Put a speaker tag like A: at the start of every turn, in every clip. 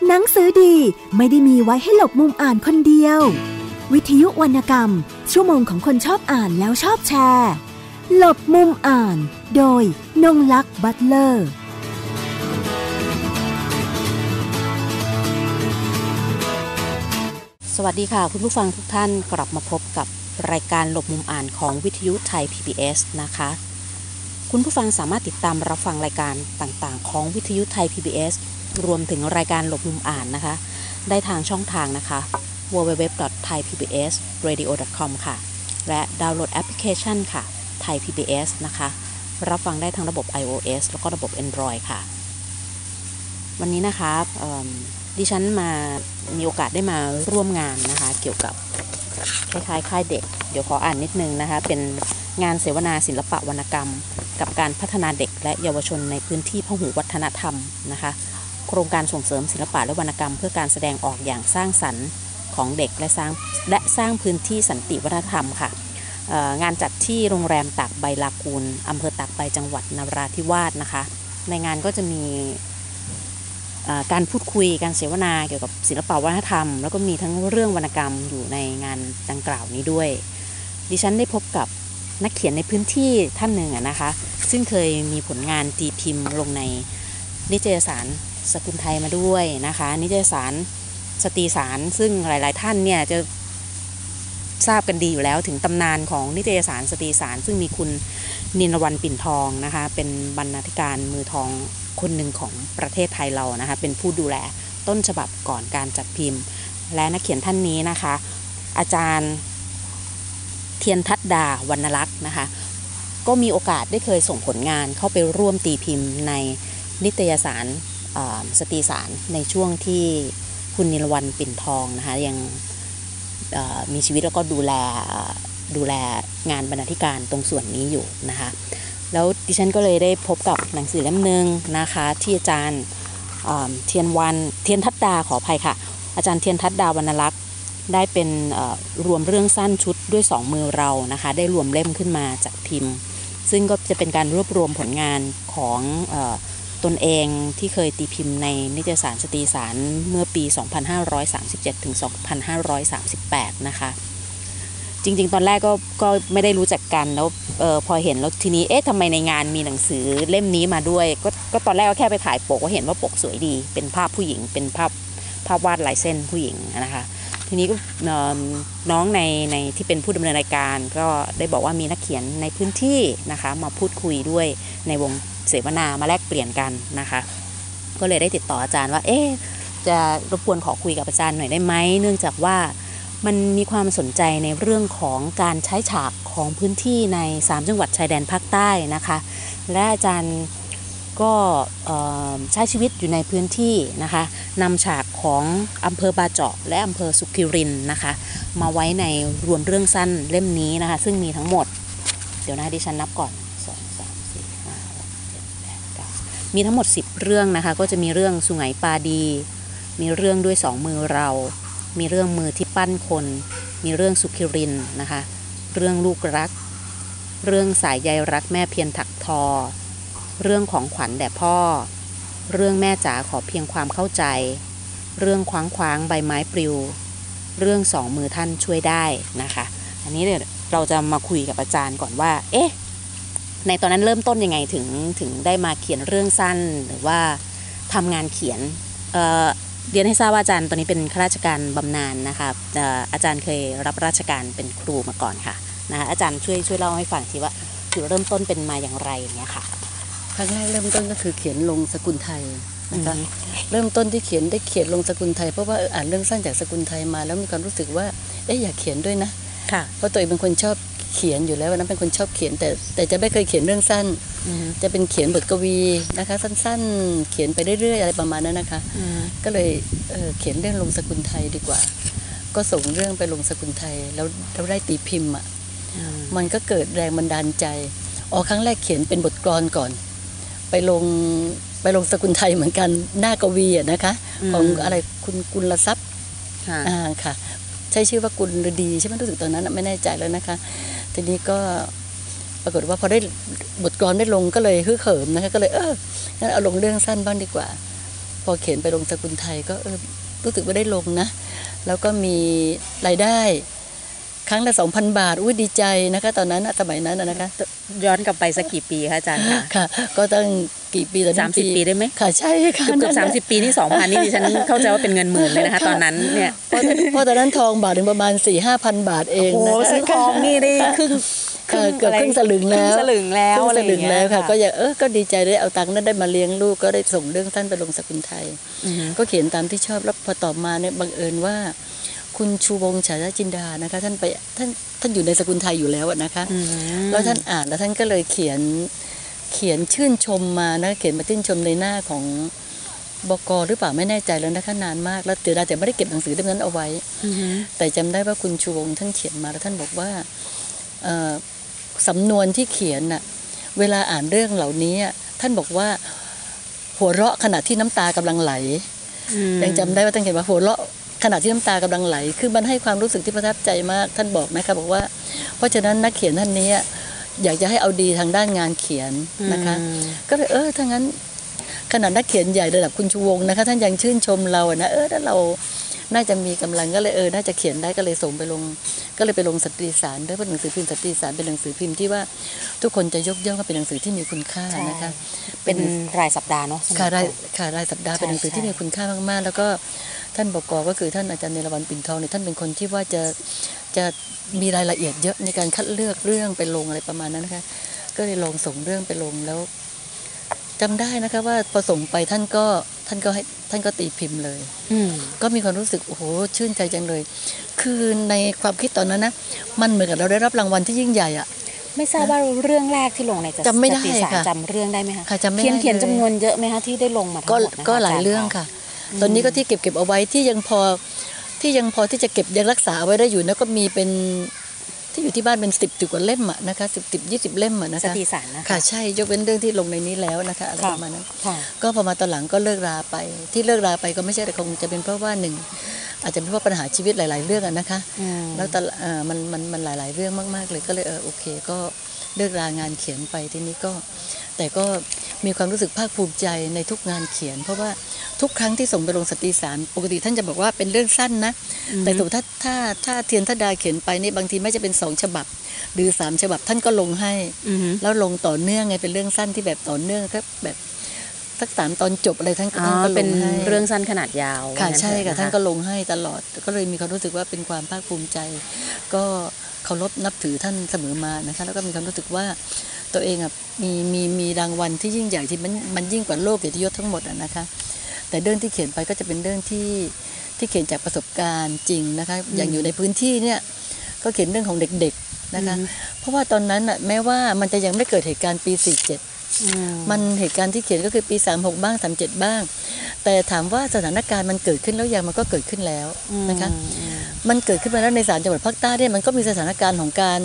A: หนังสือดีไม่ได้มีไว้ให้หลบมุมอ่านคนเดียววิทยุวรรณกรรมชั่วโมงของคนชอบอ่านแล้วชอบแชร์หลบมุมอ่านโดยนงลักษณ์บัตเลอร์
B: สวัสดีค่ะคุณผู้ฟังทุกท่านกลับมาพบกับรายการหลบมุมอ่านของวิทยุไทย PBS นะคะคุณผู้ฟังสามารถติดตามรับฟังรายการต่างๆของวิทยุไทย PBS รวมถึงรายการหลบมุมอ่านนะคะได้ทางช่องทางนะคะ www.thaipbsradio.com ค่ะและดาวน์โหลดแอปพลิเคชันค่ะ Thai PBS นะคะรับฟังได้ทั้งระบบ iOS แล้วก็ระบบ Android ค่ะวันนี้นะคะดิฉันมีโอกาสได้มาร่วมงานนะคะเกี่ยวกับคล้ายๆค่ายเด็กเดี๋ยวขออ่านนิดนึงนะคะเป็นงานเสวนาศิลปะวรรณกรรมกับการพัฒนาเด็กและเยาวชนในพื้นที่พหุวัฒนธรรมนะคะโครงการส่งเสริมศิลปะและวรรณกรรมเพื่อการแสดงออกอย่างสร้างสรรค์ของเด็กและสร้างพื้นที่สันติวัฒนธรรมค่ะงานจัดที่โรงแรมตากใบลากูนอำเภอตากใบจังหวัดนราธิวาสนะคะในงานก็จะมีการพูดคุยการเสวนาเกี่ยวกับศิลปะวัฒนธรรมแล้วก็มีทั้งเรื่องวรรณกรรมอยู่ในงานดังกล่าวนี้ด้วยดิฉันได้พบกับนักเขียนในพื้นที่ท่านหนึ่งนะคะซึ่งเคยมีผลงานตีพิมพ์ลงในนิตยสารสกุลไทยมาด้วยนะคะนิตยสารสตรีสารซึ่งหลายๆท่านเนี่ยจะทราบกันดีอยู่แล้วถึงตำนานของนิตยสารสตรีสารซึ่งมีคุณนินวรรณปิ่นทองนะคะเป็นบรรณาธิการมือทองคนหนึ่งของประเทศไทยเรานะคะเป็นผู้ดูแลต้นฉบับก่อนการจัดพิมพ์และนักเขียนท่านนี้นะคะอาจารย์เทียนทัดดาวรรณลักษณ์นะคะก็มีโอกาสได้เคยส่งผลงานเข้าไปร่วมตีพิมพ์ในนิตยสารสตรีสารในช่วงที่คุณนิลวรรณปิ่นทองนะคะยังมีชีวิตแล้วก็ดูแลงานบรรณาธิการตรงส่วนนี้อยู่นะคะแล้วดิฉันก็เลยได้พบกับหนังสือเล่มนึงนะคะที่อาจารย์เทียนทัดดาขออภัยค่ะอาจารย์เทียนทัดดาวรรณลักษณ์ได้เป็นรวมเรื่องสั้นชุดด้วย2มือเรานะคะได้รวมเล่มขึ้นมาจัดพิมพ์ซึ่งก็จะเป็นการรวบรวมผลงานของตนเองที่เคยตีพิมพ์ในนิตยสารสตรีสารเมื่อปี 2537 ถึง 2538 นะคะจริงๆตอนแรกก็ไม่ได้รู้จักกันแล้วพอเห็นแล้วทีนี้ทำไมในงานมีหนังสือเล่มนี้มาด้วยก็ตอนแรกก็แค่ไปถ่ายปกก็เห็นว่าปกสวยดีเป็นภาพผู้หญิงเป็นภาพวาดลายเส้นผู้หญิงนะคะทีนี้ก็น้องในที่เป็นผู้ดำเนินรายการก็ได้บอกว่ามีนักเขียนในพื้นที่นะคะมาพูดคุยด้วยในวงเสวนามาแลกเปลี่ยนกันนะคะก็เลยได้ติดต่ออาจารย์ว่าจะรบกวนขอคุยกับอาจารย์หน่อยได้ไหมเนื่องจากว่ามันมีความสนใจในเรื่องของการใช้ฉากของพื้นที่ใน3จังหวัดชายแดนภาคใต้นะคะและอาจารย์ก็ใช้ชีวิตอยู่ในพื้นที่นะคะนำฉากของอำเภอบาเจาะและอำเภอสุขิรินทร์นะคะมาไว้ในรวมเรื่องสั้นเล่มนี้นะคะซึ่งมีทั้งหมดเดี๋ยวนะดิฉันนับก่อน2 3 4 5 6 7 8 9มีทั้งหมด10เรื่องนะคะก็จะมีเรื่องสุไหงปาดีมีเรื่องด้วย2มือเรามีเรื่องมือที่ปั้นคนมีเรื่องสุขิรินทร์นะคะเรื่องลูกรักเรื่องสายใยรักแม่เพียรถักทอเรื่องของขวัญแด่พ่อเรื่องแม่จ๋าขอเพียงความเข้าใจเรื่องคว้างใบไม้ปลิวเรื่อง2มือท่านช่วยได้นะคะอันนี้เดี๋ยวเราจะมาคุยกับอาจารย์ก่อนว่าในตอนนั้นเริ่มต้นยังไงถึงได้มาเขียนเรื่องสั้นหรือว่าทำงานเขียนเรียนให้ทราบว่าอาจารย์ตอนนี้เป็นข้าราชการบำนาญนะคะอาจารย์เคยรับราชการเป็นครูมาก่อนค่ะนะคะอาจารย์ช่วยเล่าให้ฟังทีว่าจุดเริ่มต้นเป็นมาอย่างไรอย่างเงี้ยค่ะ
C: ครั้งแรกเริ่มต้นก็คือเขียนลงสกุลไทยนะคะเริ่มต้นที่เขียนลงสกุลไทยเพราะว่าอ่านเรื่องสั้นจากสกุลไทยมาแล้วมีความรู้สึกว่าอยากเขียนด้วยนะเพราะตัวเองเป็นคนชอบเขียนอยู่แล้ววันนั้นเป็นคนชอบเขียนแต่จะไม่เคยเขียนเรื่องสั้นจะเป็นเขียนบทกวีนะคะสั้นๆเขียนไปเรื่อยๆอะไรประมาณนั้นนะคะก็เลยเขียนเรื่องลงสกุลไทยดีกว่าก็ส่งเรื่องไปลงสกุลไทยแล้วได้ตีพิมพ์มันก็เกิดแรงบันดาลใจครั้งแรกเขียนเป็นบทกลอนก่อนไปลงสกุลไทยเหมือนกันหน้ากวีนะคะของอะไรคุณกุลทรัพย์ค่ะใช้ชื่อว่ากุลฤดีใช่ไหมรู้สึกตอนนั้นไม่แน่ใจแล้วนะคะทีนี้ก็ปรากฏว่าพอได้บทกลอนได้ลงก็เลยฮึกเหิมนะคะก็เลยงั้นเอาลงเรื่องสั้นบ้างดีกว่าพอเขียนไปลงสกุลไทยก็รู้สึกว่าได้ลงนะแล้วก็มีรายได้ครั้งละ 2,000 บาทดีใจนะคะตอนนั้นสมัยนั้นนะคะ
B: ย้อนกลับไปสักกี่ปีคะอาจารย์คะ
C: ค่ะก็ตั้งกี่ปีตอนนี้
B: 30 ปีได้ไหม
C: ค่ะใช่ค่ะ
B: เกือบ30 ปีนี่ 2,000 นี่ดิฉันเข้าใจว่าเป็นเงินหมื่นเลยนะคะตอนนั้นเนี่ย
C: เพราะตอนนั้นทองบาทนึงประมาณ 4-5,000 บาทเอง
B: นะคะโอ้ซื้อทองนี่ได้ครึ่ง
C: เกือบครึ่งสลึงแล้วค่ะก็อยากก็ดีใจได้เอาตังค์นั้นได้มาเลี้ยงลูกก็ได้ส่งเรื่องสั้นไปลงสกุลไทยก็เขียนตามที่ชอบแล้วพอต่อมาเนี่ยบังเอิญว่าคุณชูวงศ์ฉายจินดานะคะท่านอยู่ในสกุลไทยอยู่แล้วนะคะแล้วท่านอ่านแล้วท่านก็เลยเขียนชื่นชมมานะเขียนมาชื่นชมในหน้าของบก.หรือเปล่าไม่แน่ใจแล้วนะคะนานมากแล้วแต่ไม่ได้เก็บหนังสือเล่มนั้นเอาไว้แต่จำได้ว่าคุณชูวงศ์ท่านเขียนมาแล้วท่านบอกว่าสำนวนที่เขียนน่ะเวลาอ่านเรื่องเหล่านี้ท่านบอกว่าหัวเราะขณะที่น้ำตากำลังไหลยังจำได้ว่าท่านเขียนว่าหัวเราะขณะที่น้ำตากำลังไหลคือมันให้ความรู้สึกที่ประทับใจมากท่านบอกนะคะบอกว่าเพราะฉะนั้นนักเขียนท่านนี้อยากจะให้เอาดีทางด้านงานเขียนนะคะก็เลยถ้างั้นขนาดนักเขียนใหญ่ระดับคุณชูวงศ์นะคะท่านยังชื่นชมเรานะถ้าเราน่าจะมีกำลังก็เลยน่าจะเขียนได้ก็เลยส่งไปลงก็เลยไปลงสตรีสารด้วยเพราะหนังสือพิมพ์สตรีสารเป็นหนังสือพิมพ์ที่ว่าทุกคนจะยกย่องว่าเป็นหนังสือที่มีคุณค่านะคะ
B: เป็นรายสัปดาห์เนาะ
C: ค่ะรายสัปดาห์เป็นหนังสือที่มีคุณค่ามากๆแล้วก็ท่านบก.ก็คือท่านอาจารย์เนรวรรณปิ่นทองเนี่ยท่านเป็นคนที่ว่าจะมีรายละเอียดเยอะในการคัดเลือกเรื่องไปลงอะไรประมาณนั้นนะคะก็เลยลองส่งเรื่องไปลงแล้วจำได้นะคะว่าพอส่งไปท่านก็ตีพิมพ์เลยก็มีความรู้สึกโอ้โหชื่นใจจังเลยคือในความคิดตอนนั้นนะมันเหมือนกับเราได้รับรางวัลที่ยิ่งใหญ่อะ
B: ไม่ทราบว่าเรื่องแรกที่ลงใน
C: จำไม่ได้ค่ะ
B: จำเรื่องได้ไหมคะ
C: จำไม่ได้
B: เขียนจำนวนเยอะไหมคะที่ได้ลงมาทั้งหมด
C: ก็หลายเรื่องค่ะตอนนี้ก็ที่เก็บเอาไว้ที่ยังพอที่จะเก็บยังรักษาไว้ได้อยู่นะก็มีเป็นที่อยู่ที่บ้านเป็น10 กว่าเล่มอะนะคะ10-20 เล่มอะนะคะ
B: สตรีสารนะคะ
C: ค่ะใช่ยกเว้นเรื่องที่ลงในนี้แล้วนะคะอะไรประมาณนั้นก็พอมาตอนหลังก็เลิกราไปที่เลิกราไปก็ไม่ใช่แต่คงจะเป็นเพราะว่า1อาจจะเป็นเพราะปัญหาชีวิตหลายๆเรื่องอะนะคะแล้วแต่มันหลายๆเรื่องมากๆเลยก็เลยโอเคก็เลิกรางานเขียนไปทีนี้ก็แต่ก็มีความรู้สึกภาคภูมิใจในทุกงานเขียนเพราะว่าทุกครั้งที่ส่งไปลงสตรีสารปกติท่านจะบอกว่าเป็นเรื่องสั้นนะแต่สมมติถ้าเทียนทดาเขียนไปนี่บางทีไม่จะเป็น2 ฉบับหรือ3 ฉบับท่านก็ลงให้แล้วลงต่อเนื่องไงเป็นเรื่องสั้นที่แบบต่อเนื่องครับแบบสัก3 ตอนจบอะไรท่านก็
B: เป็
C: ลงให้
B: เรื่องสั้นขนาดยาว
C: ค่ะใช่ค่ะท่านก็ลงให้ตลอดก็เลยมีความรู้สึกว่าเป็นความภาคภูมิใจก็เคารพนับถือท่านเสมอมานะคะแล้วก็มีความรู้สึกว่าตัวเองมีรางวัลที่ยิ่งใหญ่ที่มันยิ่งกว่าโลกเกียรติยศทั้งหมดนะคะแต่เรื่องที่เขียนไปก็จะเป็นเรื่องที่เขียนจากประสบการณ์จริงนะคะอย่างอยู่ในพื้นที่เนี่ยก็เขียนเรื่องของเด็กๆนะคะเพราะว่าตอนนั้นแม้ว่ามันจะยังไม่เกิดเหตุการณ์ปี47มันเหตุการณ์ที่เขียนก็คือปี36บ้าง37บ้างแต่ถามว่าสถานการณ์มันเกิดขึ้นแล้วยังมันก็เกิดขึ้นแล้วนะคะมันเกิดขึ้นมาแล้วใน3 จังหวัดภาคใต้เนี่ยมันก็มีสถานการณ์ของการ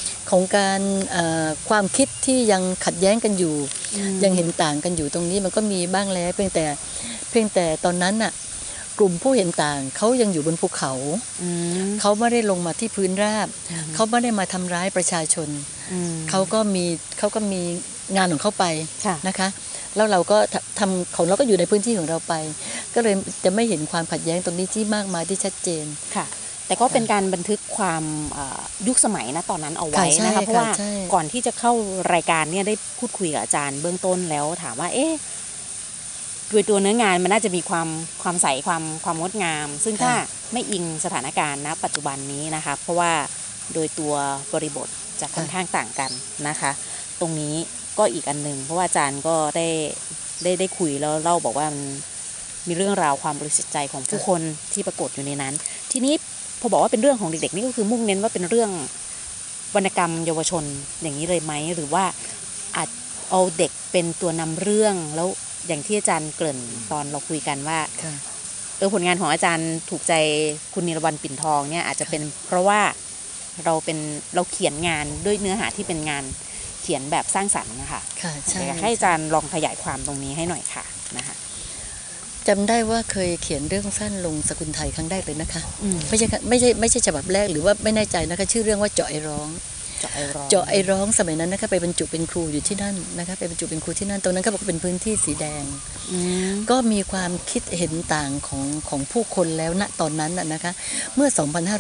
C: ความคิดที่ยังขัดแย้งกันอยู่ยังเห็นต่างกันอยู่ตรงนี้มันก็มีบ้างแล้วเพียงแต่ตอนนั้นน่ะกลุ่มผู้เห็นต่างเขายังอยู่บนภูเขาเขาไม่ได้ลงมาที่พื้นราบเขาไม่ได้มาทำร้ายประชาชนเขาก็มีงานของเขาไปนะคะแล้วเราก็ทำของเราก็อยู่ในพื้นที่ของเราไปก็เลยจะไม่เห็นความขัดแย้งตรงนี้ที่มากมายที่ชัดเจน
B: ค่ะแต่ก็เป็นการบันทึกความยุคสมัยนะตอนนั้นเอาไว้นะคะเพราะว่าก่อนที่จะเข้ารายการเนี่ยได้พูดคุยกับอาจารย์เบื้องต้นแล้วถามว่าโดยตัวเนื้องานมันน่าจะมีความใสความงดงามซึ่งถ้าไม่อิงสถานการณ์ณปัจจุบันนี้นะคะเพราะว่าโดยตัวบริบทจะค่อนข้างต่างกันนะคะตรงนี้ก็อีกอันนึงเพราะว่าอาจารย์ก็ได้คุยแล้วเล่าบอกว่ามันมีเรื่องราวความบริสุทธิ์ใจของผู้คนที่ปรากฏอยู่ในนั้นทีนี้พอบอกว่าเป็นเรื่องของเด็กๆนี่ก็คือมุ่งเน้นว่าเป็นเรื่องวรรณกรรมเยาวชนอย่างนี้เลยไหมหรือว่าอาจเอาเด็กเป็นตัวนำเรื่องแล้วอย่างที่อาจารย์เกริ่นตอนเราคุยกันว่าผลงานของอาจารย์ถูกใจคุณนิรวรรณปิ่นทองเนี่ยอาจจะเป็นเพราะว่าเราเขียนงานด้วยเนื้อหาที่เป็นงานเขียนแบบสร้างสรรค์นะคะอยากให้อาจารย์ลองขยายความตรงนี้ให้หน่อยค่ะนะคะ
C: จำได้ว่าเคยเขียนเรื่องสั้นลงสกุลไทยครั้งแรกเลยนะคะไม่ใช่ฉบับแรกหรือว่าไม่แน่ใจนะคะชื่อเรื่องว่าเจาะไอร้อง
B: เจาะไอร้อง
C: เจาะไอร้องสมัยนั้นนะคะไปบรรจุเป็นครูอยู่ที่นั่นนะคะไปบรรจุเป็นครูที่นั่นตรงนั้นก็บอกเป็นพื้นที่สีแดงก็มีความคิดเห็นต่างของผู้คนแล้วณตอนนั้นนะคะเมื่อ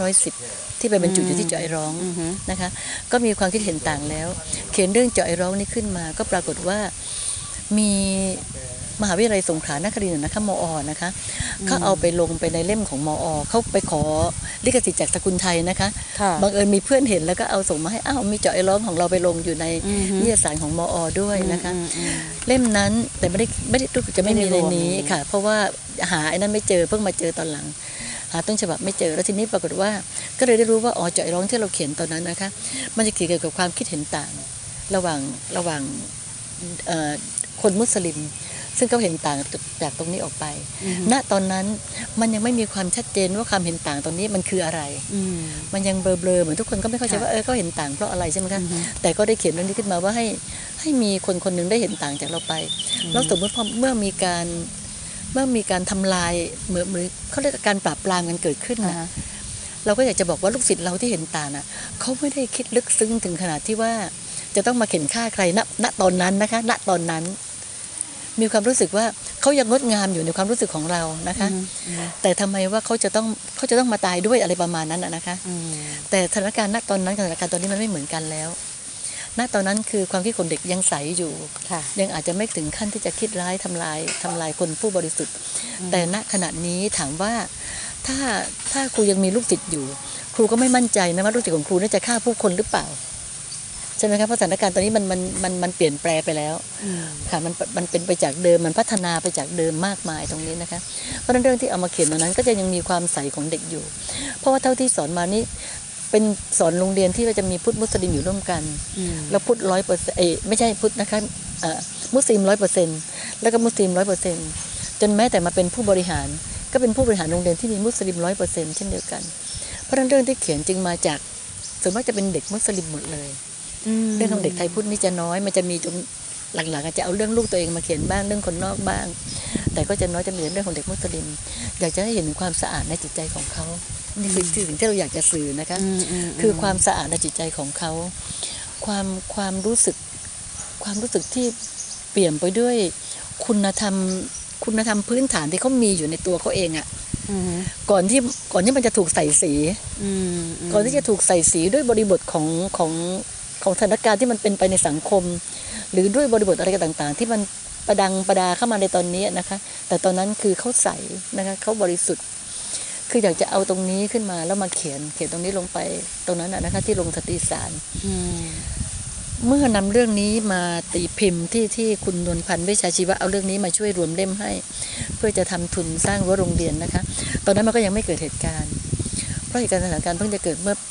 C: 2510 ที่ไปบรรจุอยู่ที่เจาะไอร้องนะคะก็มีความคิดเห็นต่างแล้วเขียนเรื่องเจาะไอร้องนี้ขึ้นมาก็ปรากฏว่ามีมหาวิทยาลัยสงขลานครินทร์นะคะมอ.นะคะเขาเอาไปลงไปในเล่มของมอ.เขาไปขอลิขสิทธิ์จากสกุลไทยนะคะบังเอิญมีเพื่อนเห็นแล้วก็เอาส่งมาให้มีเจาะไอร้องของเราไปลงอยู่ในนิตยสารของมอ.ด้วยนะคะเล่มนั้นแต่ไม่ได้จะไม่มีในนี้ค่ะเพราะว่าหาไอ้นั้นไม่เจอเพิ่งมาเจอตอนหลังหาต้นฉบับไม่เจอแล้วทีนี้ปรากฏว่าก็เลยได้รู้ว่าเจาะไอร้องที่เราเขียนตอนนั้นนะคะมันจะเกี่ยวกับความคิดเห็นต่างระหว่างคนมุสลิมซึ่งเขาเห็นต่างจากตรงนี้ออกไปณตอนนั้นมันยังไม่มีความชัดเจนว่าความเห็นต่างตรงนี้มันคืออะไรมันยังเบลอๆเหมือนทุกคนก็ไม่เข้าใจว่าเขาเห็นต่างเพราะอะไรใช่ไหมคะแต่ก็ได้เขียนเรื่องนี้ขึ้นมาว่าให้มีคนหนึ่งได้เห็นต่างจากเราไปแล้วสมมติเมื่อมีการทำลายเหมือนเขาเรียกการปราบปรามกันเกิดขึ้นนะเราก็อยากจะบอกว่าลูกศิษย์เราที่เห็นต่างน่ะเขาไม่ได้คิดลึกซึ้งถึงขนาดที่ว่าจะต้องมาเข็นฆ่าใครณตอนนั้นนะคะณตอนนั้นมีความรู้สึกว่าเขายังงดงามอยู่ในความรู้สึกของเรานะคะแต่ทำไมว่าเขาจะต้องมาตายด้วยอะไรประมาณนั้นนะคะแต่สถานการณ์ณตอนนั้นกับสถานการณ์ตอนนี้มันไม่เหมือนกันแล้วณตอนนั้นคือความคิดของเด็กยังใสอยู่ยังอาจจะไม่ถึงขั้นที่จะคิดร้ายทำลายคนผู้บริสุทธิ์แต่ณขณะนี้ถามว่าถ้าครูยังมีลูกศิษย์อยู่ครูก็ไม่มั่นใจนะว่าลูกศิษย์ของครูน่าจะฆ่าผู้คนหรือเปล่าใช่ไหมครับเพราะสถานการณ์ตอนนี้มันเปลี่ยนแปลไปแล้วค่ะมันเป็นไปจากเดิมมันพัฒนาไปจากเดิมมากมายตรงนี้นะคะเพราะฉะนั้นเรื่องที่เอามาเขียนตรงนั้นก็จะยังมีความใสของเด็กอยู่เพราะว่าเท่าที่สอนมานี่เป็นสอนโรงเรียนที่เราจะมีพุทธมุสลิมอยู่ร่วมกันแล้วพุทธ100%ไม่ใช่พุทธนะคะมุสลิม100%แล้วก็มุสลิม100%จนแม้แต่มาเป็นผู้บริหารก็เป็นผู้บริหารโรงเรียนที่มีมุสลิม100%เช่นเดียวกันเพราะฉะนั้นเรื่องที่เขียนจึงมาจากส่วนมากจะเป็นเด็กมุสลิมหมดเลยเรื่องของเด็กไทยพุทธนี่จะน้อยมันจะมีตรงหลังๆอาจจะเอาเรื่องลูกตัวเองมาเขียนบ้างเรื่องคนนอกบ้างแต่ก็จะน้อยจะมีเรื่องของเด็กมุสลิมอยากจะให้เห็นถึงความสะอาดในจิตใจของเขานี่คือสิ่งที่เราอยากจะสื่อนะคะคือความสะอาดในจิตใจของเขาความรู้สึกที่เปี่ยมไปด้วยคุณธรรมพื้นฐานที่เขามีอยู่ในตัวเขาเองอ่ะก่อนที่มันจะถูกใส่สีก่อนที่จะถูกใส่สีด้วยบริบทของสถานการณ์ที่มันเป็นไปในสังคมหรือด้วยบริบทอะไรต่างๆที่มันประดาเข้ามาในตอนนี้นะคะแต่ตอนนั้นคือเขาใสนะคะเขาบริสุทธิ์คืออยากจะเอาตรงนี้ขึ้นมาแล้วมาเขียนตรงนี้ลงไปตรงนั้นนะคะที่ลงสตรีสารเมื่อนำเรื่องนี้มาตีพิมพ์ที่คุณนวลพันธ์เวชชาชีวะเอาเรื่องนี้มาช่วยรวมเล่มให้เพื่อจะทำทุนสร้างรั้วโรงเรียนนะคะตอนนั้นมันก็ยังไม่เกิดเหตุการณ์เพราะเหตุการณ์สถานการณ์เพิ่งจะเกิดเมื่อ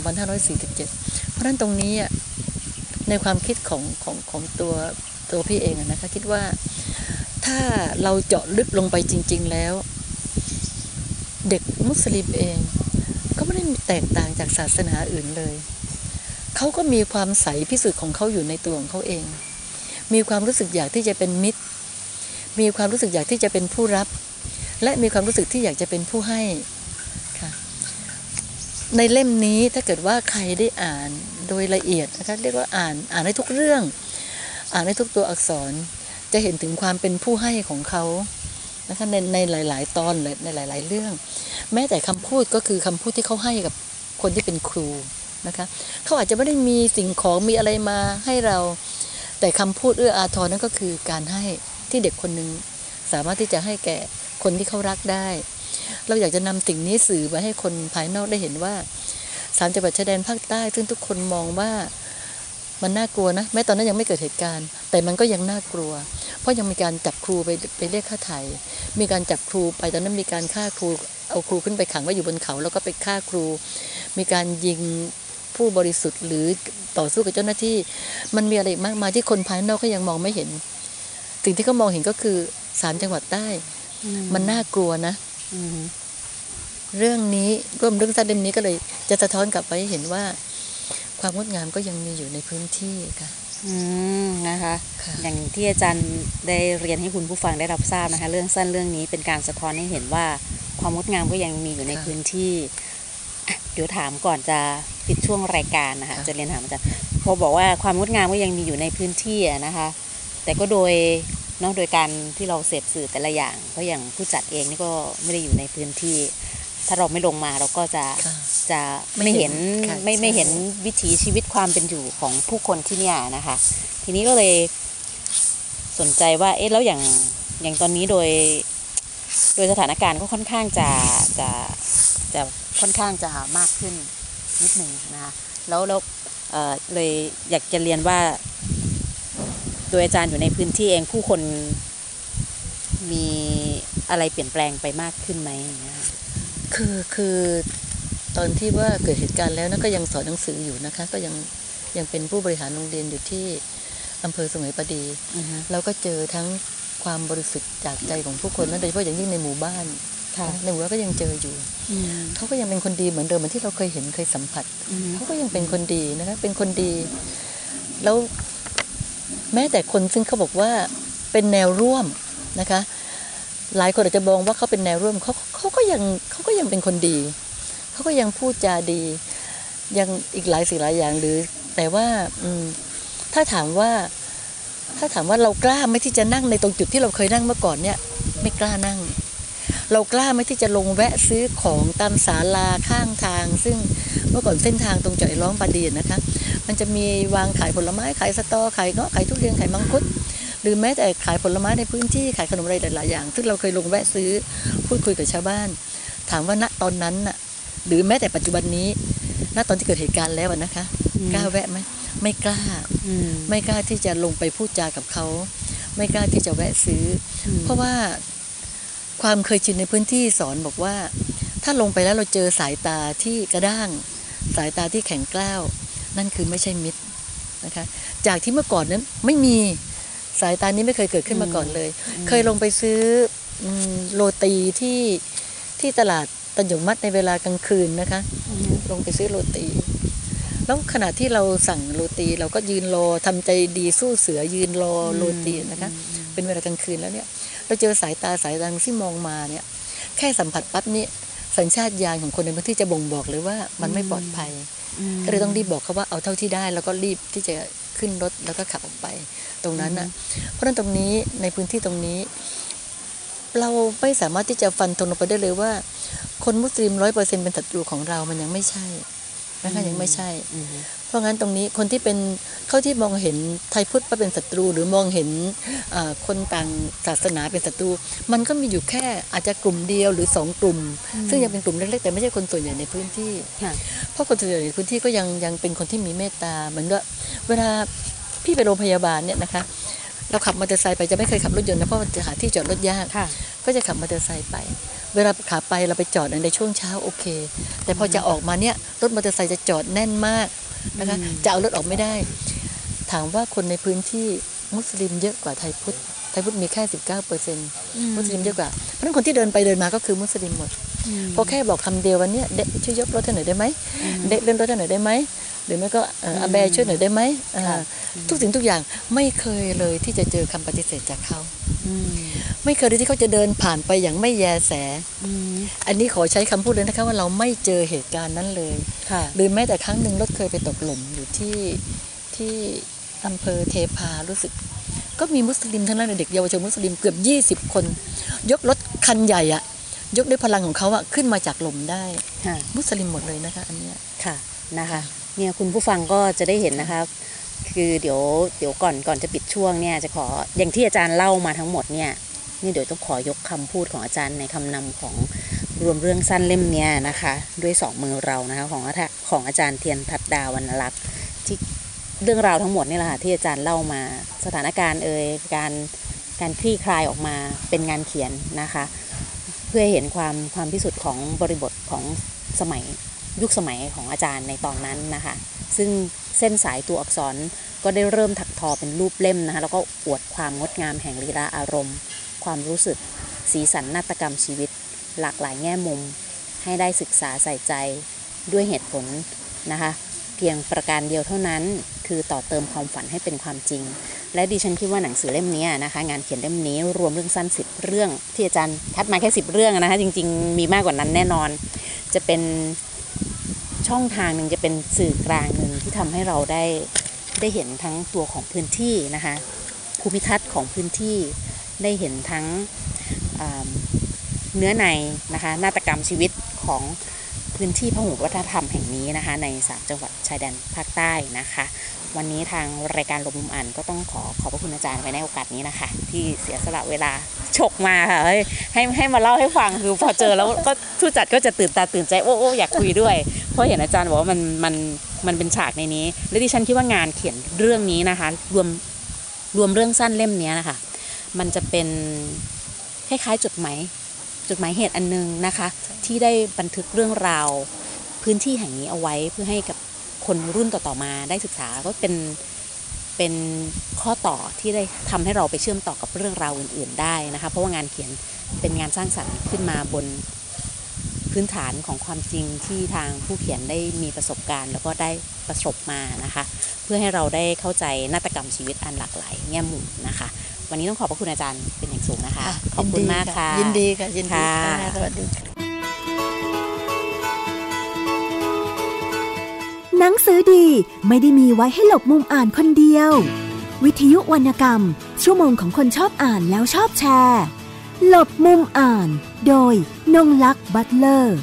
C: 2547 เพราะฉะนั้นตรงนี้ในความคิดของตัวพี่เองนะคะคิดว่าถ้าเราเจาะลึกลงไปจริงๆแล้วเด็กมุสลิมเองก็ไม่ได้แตกต่างจากศาสนาอื่นเลยเขาก็มีความใสพิสุทธิ์ของเขาอยู่ในตัวของเขาเองมีความรู้สึกอยากที่จะเป็นมิตรมีความรู้สึกอยากที่จะเป็นผู้รับและมีความรู้สึกที่อยากจะเป็นผู้ให้ค่ะในเล่มนี้ถ้าเกิดว่าใครได้อ่านโดยละเอียดนะคะเรียกว่าอ่านให้ทุกเรื่องอ่านให้ทุกตัวอักษรจะเห็นถึงความเป็นผู้ให้ของเขานะคะในหลายๆตอนในหลายๆเรื่องแม้แต่คำพูดก็คือคำพูดที่เขาให้กับคนที่เป็นครูนะคะเขาอาจจะไม่ได้มีสิ่งของมีอะไรมาให้เราแต่คำพูดเอื้ออาทรนั่นก็คือการให้ที่เด็กคนหนึ่งสามารถที่จะให้แก่คนที่เขารักได้เราอยากจะนำสิ่งนี้สื่อไปให้คนภายนอกได้เห็นว่า3 จังหวัดชายแดนภาคใต้ซึ่งทุกคนมองว่ามันน่ากลัวนะแม้ตอนนั้นยังไม่เกิดเหตุการณ์แต่มันก็ยังน่ากลัวเพราะยังมีการจับครูไปเรียกค่าไถ่มีการจับครูไปตอนนั้นมีการฆ่าครูเอาครูขึ้นไปขังไว้อยู่บนเขาแล้วก็ไปฆ่าครูมีการยิงผู้บริสุทธิ์หรือต่อสู้กับเจ้าหน้าที่มันมีอะไรมากมายที่คนภายนอกก็ยังมองไม่เห็นสิ่งที่เขามองเห็นก็คือ3 จังหวัดใต้มันน่ากลัวนะเรื่องนี้ร่วมเรื่องสั้นเล่มนี้ก็เลยจะสะท้อนกลับไปให้เห็นว่าความงดงามก็ยังมีอยู่ในพื้นที่ค่ะ
B: นะคะอย่างที่อาจารย์ได้เรียนให้คุณผู้ฟังได้รับทราบนะคะเรื่องสั้นเรื่องนี้เป็นการสะท้อนให้เห็นว่าความงดงามก็ยังมีอยู่ในพื้นที่เดี๋ยวถามก่อนจะปิดช่วงรายการนะคะจะเรียนถามอาจารย์พอบอกว่าความงดงามก็ยังมีอยู่ในพื้นที่นะคะแต่ก็โดยการที่เราเสพสื่อแต่ละอย่างก็อย่างผู้จัดเองนี่ก็ไม่ได้อยู่ในพื้นที่ถ้าเราไม่ลงมาเราก็จะไม่เห็นไม่เห็นวิถีชีวิตความเป็นอยู่ของผู้คนที่เนี่ยนะคะทีนี้ก็เลยสนใจว่าแล้วอย่างตอนนี้โดยสถานการณ์ก็ค่อนข้างจะค่อนข้างจะมากขึ้นนิดนึงนะคะแล้วเลยอยากจะเรียนว่าโดยอาจารย์อยู่ในพื้นที่เองผู้คนมีอะไรเปลี่ยนแปลงไปมากขึ้นไหมอย่างเงี้ย
C: คือตอนที่ว่าเกิดเหตุการณ์แล้วนะก็ยังสอนหนังสืออยู่นะคะก็ยังเป็นผู้บริหารโรงเรียนอยู่ที่อำเภอสุไหงปดีแล้วก็เจอทั้งความบริสุทธิ์จากใจของผู้คนนะโดยเฉพาะอย่างยิ่งในหมู่บ้านในหมู่บ้านก็ยังเจออยู่เขาก็ยังเป็นคนดีเหมือนเดิมเหมือนที่เราเคยเห็นเคยสัมผัสเขาก็ยังเป็นคนดีนะคะเป็นคนดีแล้วแม้แต่คนซึ่งเขาบอกว่าเป็นแนวร่วมนะคะหลายคนอาจจะมองว่าเขาเป็นแนวร่วมเขาก็ยังเป็นคนดีเขาก็ยังพูดจาดียังอีกหลายสิ่งหลายอย่างหรือแต่ว่าถ้าถามว่าเรากล้าไหมที่จะนั่งในตรงจุดที่เราเคยนั่งเมื่อก่อนเนี่ยไม่กล้านั่งเรากล้าไหมที่จะลงแวะซื้อของตามศาลาข้างทางซึ่งเมื่อก่อนเส้นทางตรงจ่อยร้องปาดีนะคะมันจะมีวางขายผลไม้ขายสตอขายเงาะขายทุเรียนขายมังคุดหรือแม้แต่ขายผลไม้ในพื้นที่ขายขนมอะไรหลายๆอย่างซึ่งเราเคยลงแวะซื้อพูดคุยกับชาวบ้านถามว่าณตอนนั้นน่ะหรือแม้แต่ปัจจุบันนี้ณตอนที่เกิดเหตุการณ์แล้วนะคะกล้าแวะไหมไม่กล้าไม่กล้าที่จะลงไปพูดจากับเขาไม่กล้าที่จะแวะซื้อเพราะว่าความเคยชินในพื้นที่สอนบอกว่าถ้าลงไปแล้วเราเจอสายตาที่กระด้างสายตาที่แข็งกร้าวนั่นคือไม่ใช่มิตรนะคะจากที่เมื่อก่อนนั้นไม่มีสายตานี้ไม่เคยเกิดขึ้นมาก่อนเลยเคยลงไปซื้อโรตีที่ตลาดตันหยงมัดในเวลากลางคืนนะคะลงไปซื้อโรตีแล้วขณะที่เราสั่งโรตีเราก็ยืนรอทำใจดีสู้เสือยืนรอโรตีนะคะเป็นเวลากลางคืนแล้วเนี่ยเราเจอสายตาที่มองมาเนี่ยแค่สัมผัสปั๊บนี่สัญชาตญาณของคนในพื้นที่จะบ่งบอกเลยว่ามันไม่ปลอดภัยก็เลยต้องรีบบอกเขาว่าเอาเท่าที่ได้แล้วก็รีบที่จะขึ้นรถแล้วก็ขับออกไปตรงนั้นนะเพราะฉะนั้นตรงนี้ในพื้นที่ตรงนี้เราไม่สามารถที่จะฟันธงลงไปได้เลยว่าคนมุสลิม 100% เป็นศัตรูของเรามันยังไม่ใช่นะคะยังไม่ใช่เพราะงั้นตรงนี้คนที่เป็นเขาที่มองเห็นไทยพุทธว่าเป็นศัตรูหรือมองเห็นคนต่างศาสนาเป็นศัตรูมันก็มีอยู่แค่อาจจะกลุ่มเดียวหรือ2กลุ่มซึ่งยังเป็นกลุ่มเล็กๆแต่ไม่ใช่คนส่วนใหญ่ในพื้นที่เพราะคนส่วนใหญ่ในพื้นที่ก็ยังเป็นคนที่มีเมตตาเหมือนว่าเวลาพี่ไปโรงพยาบาลเนี่ยนะคะเราขับมอเตอร์ไซค์ไปจะไม่เคยขับรถยนต์นะเพราะมันจะหาที่จอดรถยากก็จะขับมอเตอร์ไซค์ไปเวลาขาไปเราไปจอดในช่วงเช้าโอเคแต่พอจะออกมาเนี่ยรถมอเตอร์ไซค์จะจอดแน่นมากนะคะจะเอารถออกไม่ได้ถามว่าคนในพื้นที่มุสลิมเยอะกว่าไทยพุทธมีแค่ 19% มุสลิมเยอะกว่าเพราะฉะนั้นคนที่เดินไปเดินมาก็คือมุสลิมหมดพอแค่บอกคำเดียววันนี้เด็กช่วยยกรถให้หน่อยได้ไหมเด็กเลื่อนรถให้หน่อยได้ไหมหรือไม่ก็อาแบช่วยหน่อยได้ไหมทุกสิ่งทุกอย่างไม่เคยเลยที่จะเจอคำปฏิเสธจากเขาไม่เคยเลยที่เขาจะเดินผ่านไปอย่างไม่แยแสอันนี้ขอใช้คำพูดเลยนะคะว่าเราไม่เจอเหตุการณ์นั้นเลยหรือแม้แต่ครั้งหนึ่งรถเคยไปตกหล่มอยู่ที่อำเภอเทพารู้สึกก็มีมุสลิมทั้งนั้นเด็กเยาวชนมุสลิมเกือบ20คนยกรถคันใหญ่อะยกด้วยพลังของเขาอะขึ้นมาจากหล่มได้มุสลิมหมดเลยนะคะอันนี้
B: ค่ะนะคะเนี่ยคุณผู้ฟังก็จะได้เห็นนะคะคือเดี๋ยวก่อนจะปิดช่วงเนี่ยจะขออย่างที่อาจารย์เล่ามาทั้งหมดเนี่ยนี่เดี๋ยวต้องขอยกคำพูดของอาจารย์ในคำนำของรวมเรื่องสั้นเล่มเนี้ยนะคะด้วย2มือเรานะคะของอาจารย์เทียนทัดดาวรรณลักษณ์ที่เรื่องราวทั้งหมดนี่แหละค่ะที่อาจารย์เล่ามาสถานการณ์การคลี่คลายออกมาเป็นงานเขียนนะคะเพื่อเห็นความพิสูจน์ของบริบทของยุคสมัยของอาจารย์ในตอนนั้นนะคะซึ่งเส้นสายตัวอักษรก็ได้เริ่มถักทอเป็นรูปเล่มนะคะแล้วก็อวดความงดงามแห่งลีลาอารมณ์ความรู้สึกสีสันนาฏกรรมชีวิตหลากหลายแง่มุมให้ได้ศึกษาใส่ใจด้วยเหตุผลนะคะเพียงประการเดียวเท่านั้นคือต่อเติมความฝันให้เป็นความจริงและดิฉันคิดว่าหนังสือเล่มนี้นะคะงานเขียนเล่มนี้รวมเรื่องสั้น10เรื่องที่อาจารย์คัดมาแค่10เรื่องนะคะจริงๆมีมากกว่านั้นแน่นอนจะเป็นช่ช่องทางหนึ่งจะเป็นสื่อกลางหนึ่งที่ทำให้เราได้เห็นทั้งตัวของพื้นที่นะคะภูมิทัศน์ของพื้นที่ได้เห็นทั้งเนื้อในนะคะนาฏกรรมชีวิตของพื้นที่พหุวัฒนธรรมแห่งนี้นะคะใน3จังหวัดชายแดนภาคใต้นะคะวันนี้ทางรายการหลบมุมอ่านก็ต้องขอบพระคุณอาจารย์ไว้ในโอกาสนี้นะคะที่เสียสละเวลาฉกมาค่ะให้มาเล่าให้ฟังคือพอเจอแล้วก็ผู้จัดก็จะตื่นตาตื่นใจโอ้อยากคุยด้วยเพราะเห็นอาจารย์บอกว่ามันเป็นฉากในนี้และดิฉันคิดว่างานเขียนเรื่องนี้นะคะรวมเรื่องสั้นเล่มนี้นะคะมันจะเป็นคล้ายๆจดหมายเหตุอันนึงนะคะที่ได้บันทึกเรื่องราวพื้นที่แห่งนี้เอาไว้เพื่อให้กับคนรุ่นต่อๆมาได้ศึกษาก็เป็นข้อต่อที่ได้ทำให้เราไปเชื่อมต่อกับเรื่องราวอื่นๆได้นะคะเพราะว่างานเขียนเป็นงานสร้างสรรค์ขึ้นมาบนพื้นฐานของความจริงที่ทางผู้เขียนได้มีประสบการณ์แล้วก็ได้ประสบมานะคะเพื่อให้เราได้เข้าใจนาฏกรรมชีวิตอันหลากหลายแง่มุมนะคะวันนี้ต้องขอบพระคุณอาจารย์เป็นอย่างสูงนะคะขอบคุณมากค่ะ
C: ยินดีค่ะยินดีค่ะสวัสดี
A: หนังสือดีไม่ได้มีไว้ให้หลบมุมอ่านคนเดียววิทยุวรรณกรรมชั่วโมงของคนชอบอ่านแล้วชอบแชร์หลบมุมอ่านโดยนงลักษณ์บัตเลอร์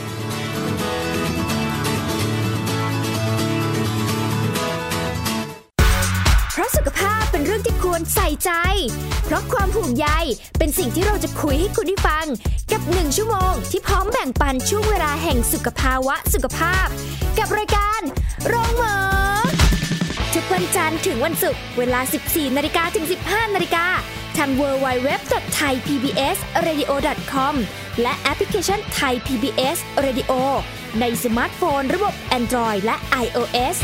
D: เพราะสุขภาพเป็นเรื่องที่ควรใส่ใจเพราะความห่วงใยเป็นสิ่งที่เราจะคุยให้คุณได้ฟังกับ1ชั่วโมงที่พร้อมแบ่งปันช่วงเวลาแห่งสุขภาวะสุขภาพกับรายการโรงหมอทุกวันจันทร์ถึงวันศุกร์เวลา 14:00 นถึง 15:00 นทาง www.thaipbsradio.com และแอปพลิเคชัน Thai PBS Radio ในสมาร์ทโฟนระบบ Android และ iOS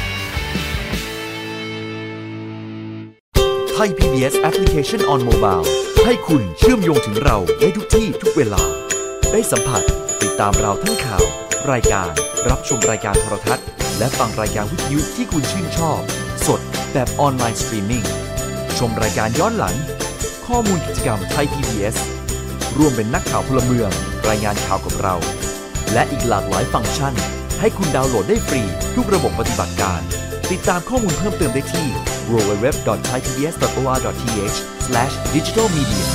E: Thai PBS Application on Mobile ให้คุณเชื่อมโยงถึงเราได้ทุกที่ทุกเวลาได้สัมผัสติดตามเราทั้งข่าวรายการรับชมรายการโทรทัศน์และฟังรายการวิทยุที่คุณชื่นชอบสดแบบออนไลน์สตรีมมิ่งชมรายการย้อนหลังข้อมูลกิจกรรม Thai PBS ร่วมเป็นนักข่าวพลเมืองรายงานข่าวกับเราและอีกหลากหลายฟังก์ชันให้คุณดาวน์โหลดได้ฟรีทุกระบบปฏิบัติการติดตามข้อมูลเพิ่มเติมได้ที่ www.thaipbs.or.th/digitalmedia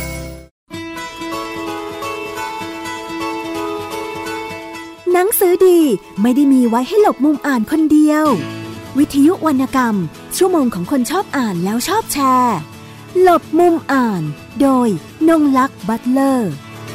A: หนังสือดีไม่ได้มีไว้ให้หลบมุมอ่านคนเดียววิทยุวรรณกรรมชั่วโมงของคนชอบอ่านแล้วชอบแชร์หลบมุมอ่านโดยนงลักษณ์บัตเลอร์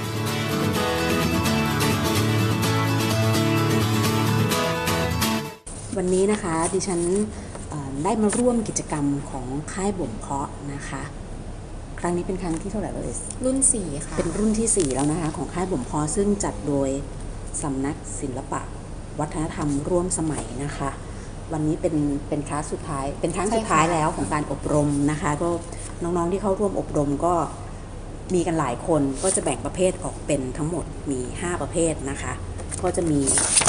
B: วันนี้นะคะดิฉันได้มาร่วมกิจกรรมของค่ายบ่มเพาะนะคะครั้งนี้เป็นครั้งที่เท่าไหร่เลย
F: รุ่น4ค่ะ
B: เป็นรุ่นที่4แล้วนะคะของค่ายบ่มเพาะซึ่งจัดโดยสำนักศิลปะวัฒนธรรมร่วมสมัยนะคะวันนี้เป็นคลาสสุดท้ายเป็นครั้งสุดท้ายแล้วของการอบรมนะคะก็น้องๆที่เข้าร่วมอบรมก็มีกันหลายคนก็จะแบ่งประเภทออกเป็นทั้งหมดมี5ประเภทนะคะก็จะมี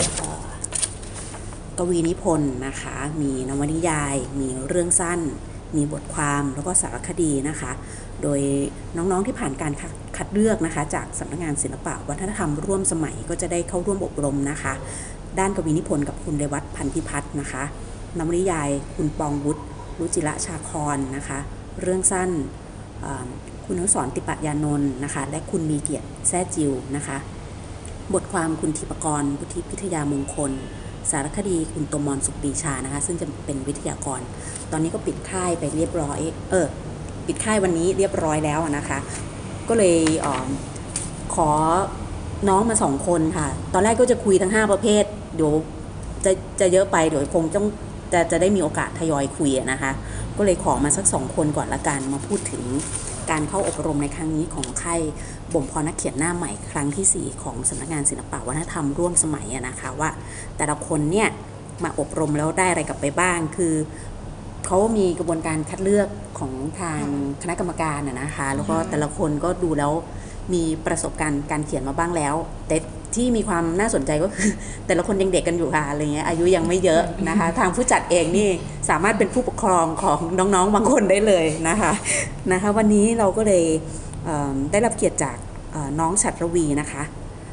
B: กวีนิพนธ์นะคะมีนวนิยายมีเรื่องสั้นมีบทความแล้วก็สารคดีนะคะโดยน้องๆที่ผ่านการคัดเลือกนะคะจากสำนักงานศิลปะวัฒนธรรมร่วมสมัยก็จะได้เข้าร่วมอบรมนะคะด้านกวีนิพนธ์กับคุณเรวัตพันธิพัฒน์นะคะนวนิยายคุณปองวุฒิรุจิระชาครนะคะเรื่องสั้นคุณอนุสรณ์ติปะยานนท์นะคะและคุณมีเกียรติแซ่จิวนะคะบทความคุณธิปกรบุธิพิทยามงคลสารคดีคุณตมรสุขปีชานะคะซึ่งจะเป็นวิทยากรตอนนี้ก็ปิดค่ายไปเรียบร้อยปิดค่ายวันนี้เรียบร้อยแล้วนะคะก็เลยขอน้องมา2คนค่ะตอนแรกก็จะคุยทั้ง5ประเภทเดี๋ยวจะเยอะไปเดี๋ยวคงต้องจะได้มีโอกาสทยอยคุยนะคะก็เลยขอมาสัก2คนก่อนละกันมาพูดถึงการเข้าอบรมในครั้งนี้ของค่ายบ่มเพาะนักเขียนหน้าใหม่ครั้งที่4ของสำนักงานศิลปะวัฒนธรรมร่วมสมัยนะคะว่าแต่ละคนเนี่ยมาอบรมแล้วได้อะไรกลับไปบ้างคือเขามีกระบวนการคัดเลือกของทางคณะกรรมการนะคะแล้วก็แต่ละคนก็ดูแล้วมีประสบการณ์การเขียนมาบ้างแล้วแต่ที่มีความน่าสนใจก็คือแต่ละคนยังเด็กกันอยู่ค่ะอะไรเงี้ยอายุยังไม่เยอะนะคะทางผู้จัดเองนี่สามารถเป็นผู้ปกครองของน้องๆบางคนได้เลยนะคะวันนี้เราก็เลยได้รับเกียรติจากน้องฉัตรวีนะคะ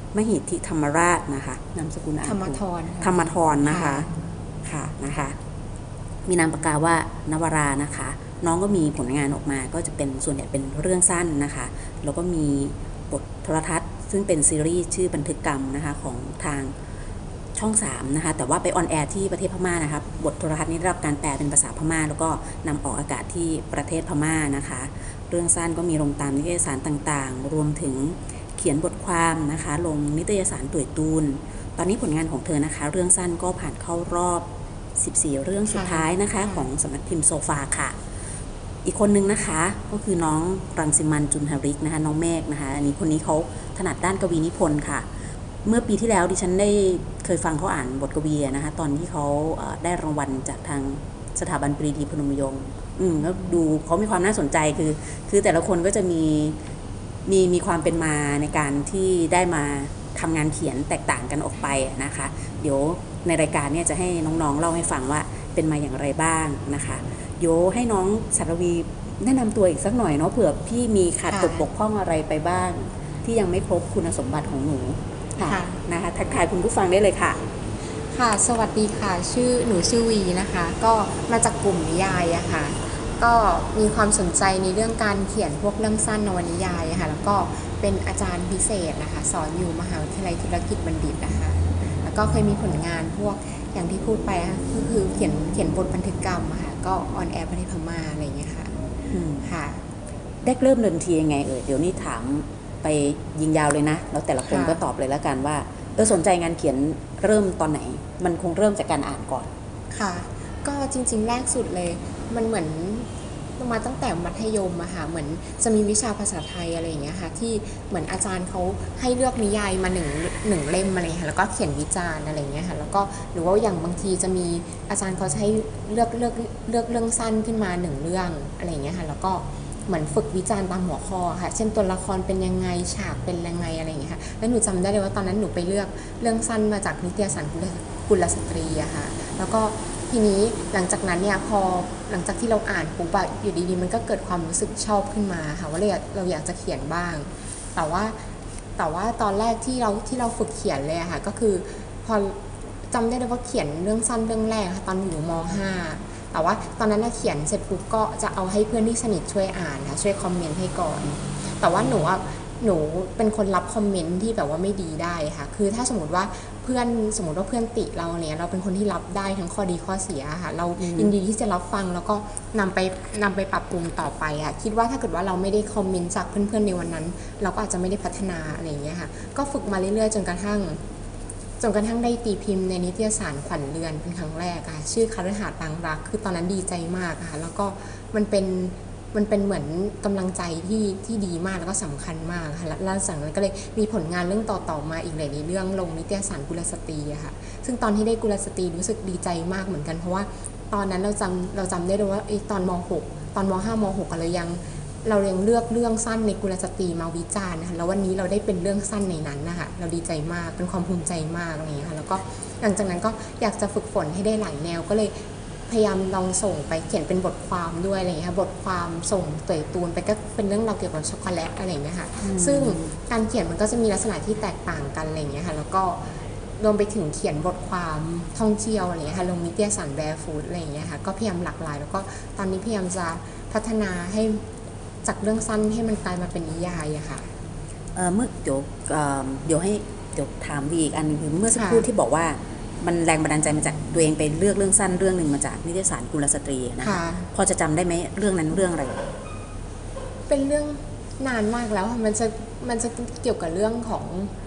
B: มหิทธิธรรมราชนะคะนามสกุล
F: ธรรมธร
B: นะคะค่ะนะคะมีนามปากกาว่านวรานะคะน้องก็มีผลงานออกมาก็จะเป็นส่วนใหญ่เป็นเรื่องสั้นนะคะแล้วก็มีบทโทรทัศน์ซึ่งเป็นซีรีส์ชื่อบันทึกกรรมนะคะของทางช่อง3นะคะแต่ว่าไปออนแอร์ที่ประเทศพม่านะคะบทโทรทัศน์นี้ได้รับการแปลเป็นภาษาพม่าแล้วก็นำออกอากาศที่ประเทศพม่านะคะเรื่องสั้นก็มีลงตามนิตยสารต่างๆรวมถึงเขียนบทความนะคะลงนิตยสารตุ๋ยตูนตอนนี้ผลงานของเธอนะคะเรื่องสั้นก็ผ่านเข้ารอบ14เรื่องสุดท้ายนะคะของสำนักพิมพ์โซฟาค่ะอีกคนนึงนะคะก็คือน้องรังสิมันจุนหริกนะคะน้องเมฆนะคะอันนี้คนนี้เขาถนัดด้านกวีนิพนธ์ค่ะเมื่อปีที่แล้วดิฉันได้เคยฟังเขาอ่านบทกวีนะคะตอนที่เขาได้รางวัลจากทางสถาบันปรีดีพนมยงค์แล้วดูเขามีความน่าสนใจคือแต่ละคนก็จะมีความเป็นมาในการที่ได้มาทำงานเขียนแตกต่างกันออกไปนะคะเดี๋ยวในรายการเนี่ยจะให้น้องๆเล่าให้ฟังว่าเป็นมาอย่างไรบ้างนะคะเดี๋ยวให้น้องสารวีแนะนำตัวอีกสักหน่อยเนาะเผื่อพี่มีขาดตกบกพร่องอะไรไปบ้างที่ยังไม่ครบคุณสมบัติของหนูค่ะนะคะทักทายคุณผู้ฟังได้เลยค่ะ
F: ค่ะสวัสดีค่ะหนูชื่อวีนะคะก็มาจากกลุ่มนิยายอะค่ะก็มีความสนใจในเรื่องการเขียนพวกเรื่องสั้นนวนิยายค่ะแล้วก็เป็นอาจารย์พิเศษนะคะสอนอยู่มหาวิทยาลัยธุรกิจบัณฑิตนะคะแล้วก็เคยมีผลงานพวกอย่างที่พูดไปก็คือเขียนบทบันทึกกรรมค่ะก็ออนแอร์ประเทศพม่าอะไรอย่างเงี้ยค่ะค่ะ
B: ได้เริ่มเดิมทียังไงเดี๋ยวนี้ถามไปยิงยาวเลยนะแล้วแต่ละคนก็ตอบเลยแล้วกันว่าสนใจงานเขียนเริ่มตอนไหนมันคงเริ่มจากการอ่านก่อน
F: ค่ะก็จริงๆแรกสุดเลยมันเหมือนมาตั้งแต่มัธยมอะค่ะเหมือนจะมีวิชาภาษาไทยอะไรอย่างเงี้ยค่ะที่เหมือนอาจารย์เขาให้เลือกนิยายมาหนึ่งเล่มอะไรค่ะแล้วก็เขียนวิจารณ์อะไรอย่างเงี้ยค่ะแล้วก็หรือว่าอย่างบางทีจะมีอาจารย์เขาให้เลือกเรื่องสั้นขึ้นมา1เรื่องอะไรอย่างเงี้ยค่ะแล้วก็เหมือนฝึกวิจารณ์ตามหัวข้อค่ะเช่นตัวละครเป็นยังไงฉากเป็นยังไงอะไรอย่างเงี้ยค่ะแล้วหนูจำได้เลยว่าตอนนั้นหนูไปเลือกเรื่องสั้นมาจากนิตยสารกุลสตรีอะค่ะแล้วก็ทีนี้หลังจากนั้นเนี่ยพอหลังจากที่เราอ่านปุ๊บอยู่ดีๆมันก็เกิดความรู้สึกชอบขึ้นมาค่ะว่าเราอยากจะเขียนบ้างแต่ว่าตอนแรกที่เราฝึกเขียนเลยค่ะก็คือพอจำได้เลยว่าเขียนเรื่องสั้นเรื่องแรกค่ะตอนอยู่ม.5 แต่ว่าตอนนั้นเขียนเสร็จปุ๊บก็จะเอาให้เพื่อนที่สนิทช่วยอ่านค่ะช่วยคอมเมนต์ให้ก่อนแต่ว่าหนูเป็นคนรับคอมเมนต์ที่แบบว่าไม่ดีได้ค่ะคือถ้าสมมติว่าเพื่อนติเราเนี่ยเราเป็นคนที่รับได้ทั้งข้อดีข้อเสียค่ะเรายินดีที่จะรับฟังแล้วก็นำไปปรับปรุงต่อไปค่ะคิดว่าถ้าเกิดว่าเราไม่ได้คอมเมนต์จากเพื่อนๆในวันนั้นเราก็อาจจะไม่ได้พัฒนาอะไรอย่างเงี้ยค่ะก็ฝึกมาเรื่อยๆจนกระทั่งได้ตีพิมพ์ในนิตยสารขวัญเรือนเป็นครั้งแรกค่ะชื่อคฤหาสน์บางรักคือตอนนั้นดีใจมากค่ะแล้วก็มันเป็นเหมือนกำลังใจที่ดีมากแล้วก็สำคัญมากค่ะแล้วจากนั้นก็เลยมีผลงานเรื่องต่อมาอีกหลายเรื่องลงนิตยสารกุลสตรีอะค่ะซึ่งตอนที่ได้กุลสตรีรู้สึกดีใจมากเหมือนกันเพราะว่าตอนนั้นเราจำได้เลยว่าตอนม.6 ตอนม.5 ม.6เรายังเลือกเรื่องสั้นในกุลสตรีมาวิจารณ์นะคะแล้ววันนี้เราได้เป็นเรื่องสั้นในนั้นนะคะเราดีใจมากเป็นความภูมิใจมากอะไรอย่างเงี้ยค่ะแล้วก็หลังจากนั้นก็อยากจะฝึกฝนให้ได้หลายแนวก็เลยพยายามลองส่งไปเขียนเป็นบทความด้วยอะไรอย่างเงี้ยค่ะบทความส่งตุ๋ยตูนไปก็เป็นเรื่องราวเกี่ยวกับช็อกโกแลตอะไรอย่างเงี้ยค่ะซึ่งการเขียนมันก็จะมีลักษณะที่แตกต่างกันอะไรอย่างเงี้ยค่ะแล้วก็รวมไปถึงเขียนบทความท่องเที่ยวอะไรอย่างเงี้ยค่ะลงนิตยสาร Barefoot อะไรอย่างเงี้ยค่ะก็พยายามหลากหลายแล้วก็ตอนนี้พยายามจะพัฒนาให้จากเรื่องสั้นให้มันกลายมาเป็นนิยายอะค่ะ
B: เมื่อเดี๋ยวถามอีกอันนึงคือเมื่อสักครู่ที่บอกว่ามันแรงบันดาลใจมาจากตัวเองไปเลือกเรื่องสั้นเรื่องนึงมาจากนิตยสารกุลสตรีนะคะพอจะจำได้ไหมเรื่องนั้นเรื่องอะไร
F: เป็นเรื่องนานมากแล้วมันจะเกี่ยวกับเรื่องของ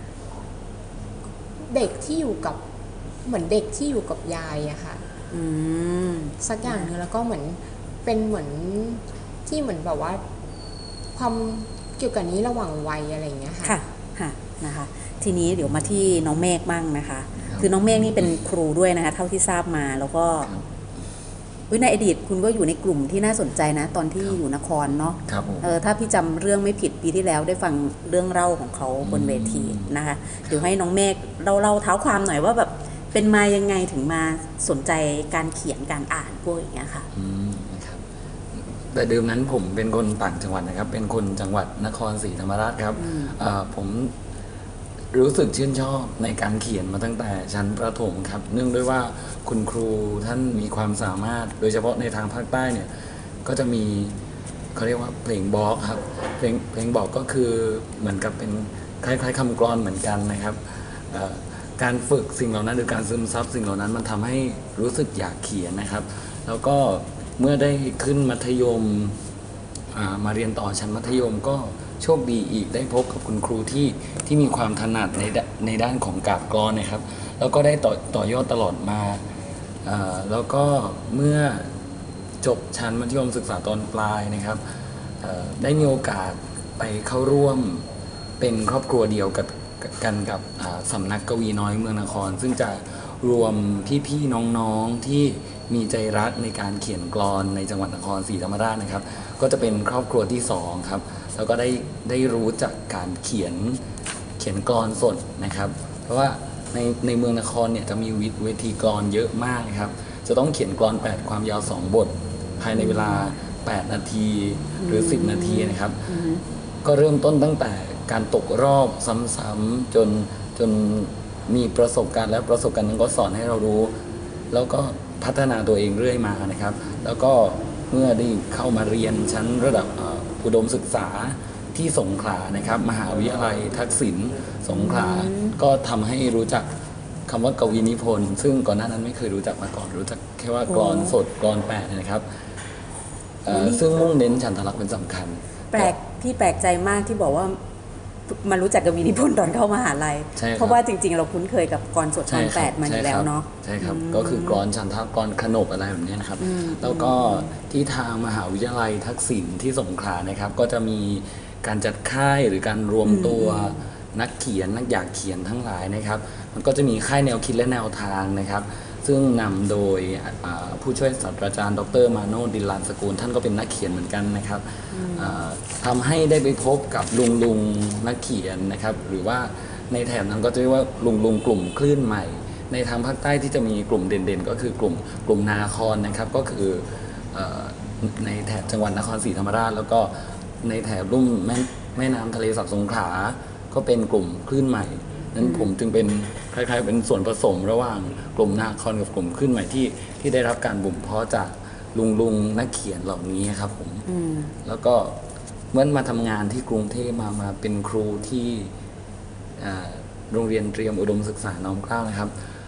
F: เด็กที่อยู่กับเหมือนเด็กที่อยู่กับยายอะค่ะสักอย่างนึงแล้วก็เหมือนเป็นเหมือนที่เหมือนแบบว่าความเกี่ยวกับนี้ระหว่างวัยอะไรอย่างเงี้ยค่ะ
B: ค่ะนะคะทีนี้เดี๋ยวมาที่น้องเมฆบ้างนะคะคือน้องเมฆนี่เป็นครูด้วยนะคะเท่าที่ทราบมาแล้วก็ในอดีตคุณก็อยู่ในกลุ่มที่น่าสนใจนะตอนที่อยู่นครเนาะถ้าพี่จำเรื่องไม่ผิดปีที่แล้วได้ฟังเรื่องเล่าของเขาบนเวทีนะคะเดี๋ยวให้น้องเมฆเล่าเท้าความหน่อยว่าแบบเป็นมายังไงถึงมาสนใจการเขียนการอ่านพวกอย่างเงี้ยค่ะ
G: นะครับแต่เดิมนั้นผมเป็นคนต่างจังหวัดนะครับเป็นคนจังหวัดนครศรีธรรมราชครับผมรู้สึกชื่นชอบในการเขียนมาตั้งแต่ชั้นประถมครับเนื่องด้วยว่าคุณครูท่านมีความสามารถโดยเฉพาะในทางภาคใต้เนี่ยก็จะมีเขาเรียกว่าเพลงบอกครับเพลงบอกก็คือเหมือนกับเป็นคล้ายๆคำกลอนเหมือนกันนะครับการฝึกสิ่งเหล่านั้นหรือการซึมซับสิ่งเหล่านั้นมันทำให้รู้สึกอยากเขียนนะครับแล้วก็เมื่อได้ขึ้นมัธยมมาเรียนต่อชั้นมัธยมก็โชคดีอีกได้พบกับคุณครูที่มีความถนัดในด้านของกาบกลอนนะครับแล้วก็ได้ต่อยอดตลอดมาแล้วก็เมื่อจบชั้นมัธยมศึกษาตอนปลายนะครับได้มีโอกาสไปเข้าร่วมเป็นครอบครัวเดียวกันกับสำนักกวีน้อยเมืองนครซึ่งจะรวมพี่ๆน้องๆที่มีใจรักในการเขียนกลอนในจังหวัดนครศรีธรรมราชนะครับก็จะเป็นครอบครัวที่2ครับแล้วก็ได้รู้จักการเขียนกลอนสดนะครับเพราะว่าในเมืองนครเนี่ยจะมีเวทีกลอนเยอะมากนะครับจะต้องเขียนกลอน8ความยาว2บทภายในเวลา8นาทีหรือ10นาทีนะครับก็เริ่มต้นตั้งแต่การตกรอบซ้ำๆจนมีประสบการณ์และประสบการณ์นั้นก็สอนให้เรารู้แล้วก็พัฒนาตัวเองเรื่อยมานะครับแล้วก็เมื่อได้เข้ามาเรียนชั้นระดับอุดมศึกษาที่สงขลานะครับมหาวิทยาลัยทักษิณสงขลาก็ทำให้รู้จักคำว่ากวีนิพนธ์ซึ่งก่อนหน้านั้นไม่เคยรู้จักมาก่อนรู้จักแค่ว่ากลอนสดกลอนแปดนะครับซึ่งมุ่งเน้นฉันทลักษณ์เป็นสำคัญ
B: พี่แปลกใจมากที่บอกว่ามารู้จักกวีนิพนธ์ตอนเข้ามหาลัยเพราะว่าจริงๆเราคุ้นเคยกับกลอนสดกลอนแปดมาอยู่แล้วเนาะ
G: ใช่ครับก็คือกลอนฉันทะกลอนขนบอะไรแบบนี้นะครับแล้วก็ที่ทางมหาวิทยาลัยทักษิณที่สงขลานะครับก็จะมีการจัดค่ายหรือการรวมตัวนักเขียนนักอยากเขียนทั้งหลายนะครับมันก็จะมีค่ายแนวคิดและแนวทางนะครับซึ่งนำโดยผู้ช่วยศาสตราจารย์ดร.มาโนดิลลานสกุลท่านก็เป็นนักเขียนเหมือนกันนะครับทำให้ได้ไปพบกับลุงนักเขียนนะครับหรือว่าในแถบนั้นก็จะเรียกว่าลุงกลุ่มคลื่นใหม่ในทางภาคใต้ที่จะมีกลุ่มเด่นๆก็คือกลุ่มนาครนะครับก็คือในแถบจังหวัดนครศรีธรรมราชแล้วก็ในแถบลุ่มแม่น้ำทะเลสาบสงขลาก็เป็นกลุ่มคลื่นใหม่นั้นผมจึงเป็นคล้ายๆเป็นส่วนผสมระหว่างกลุ่มนาครกับกลุ่มคลื่นใหม่ที่ได้รับการบ่มเพาะจากลุงนักเขียนเหล่านี้ครับผมแล้วก็เมื่อมาทำงานที่กรุงเทพมาเป็นครูที่โรงเรียนเตรียมอุดมศึกษาน้อมเกล้านะครับ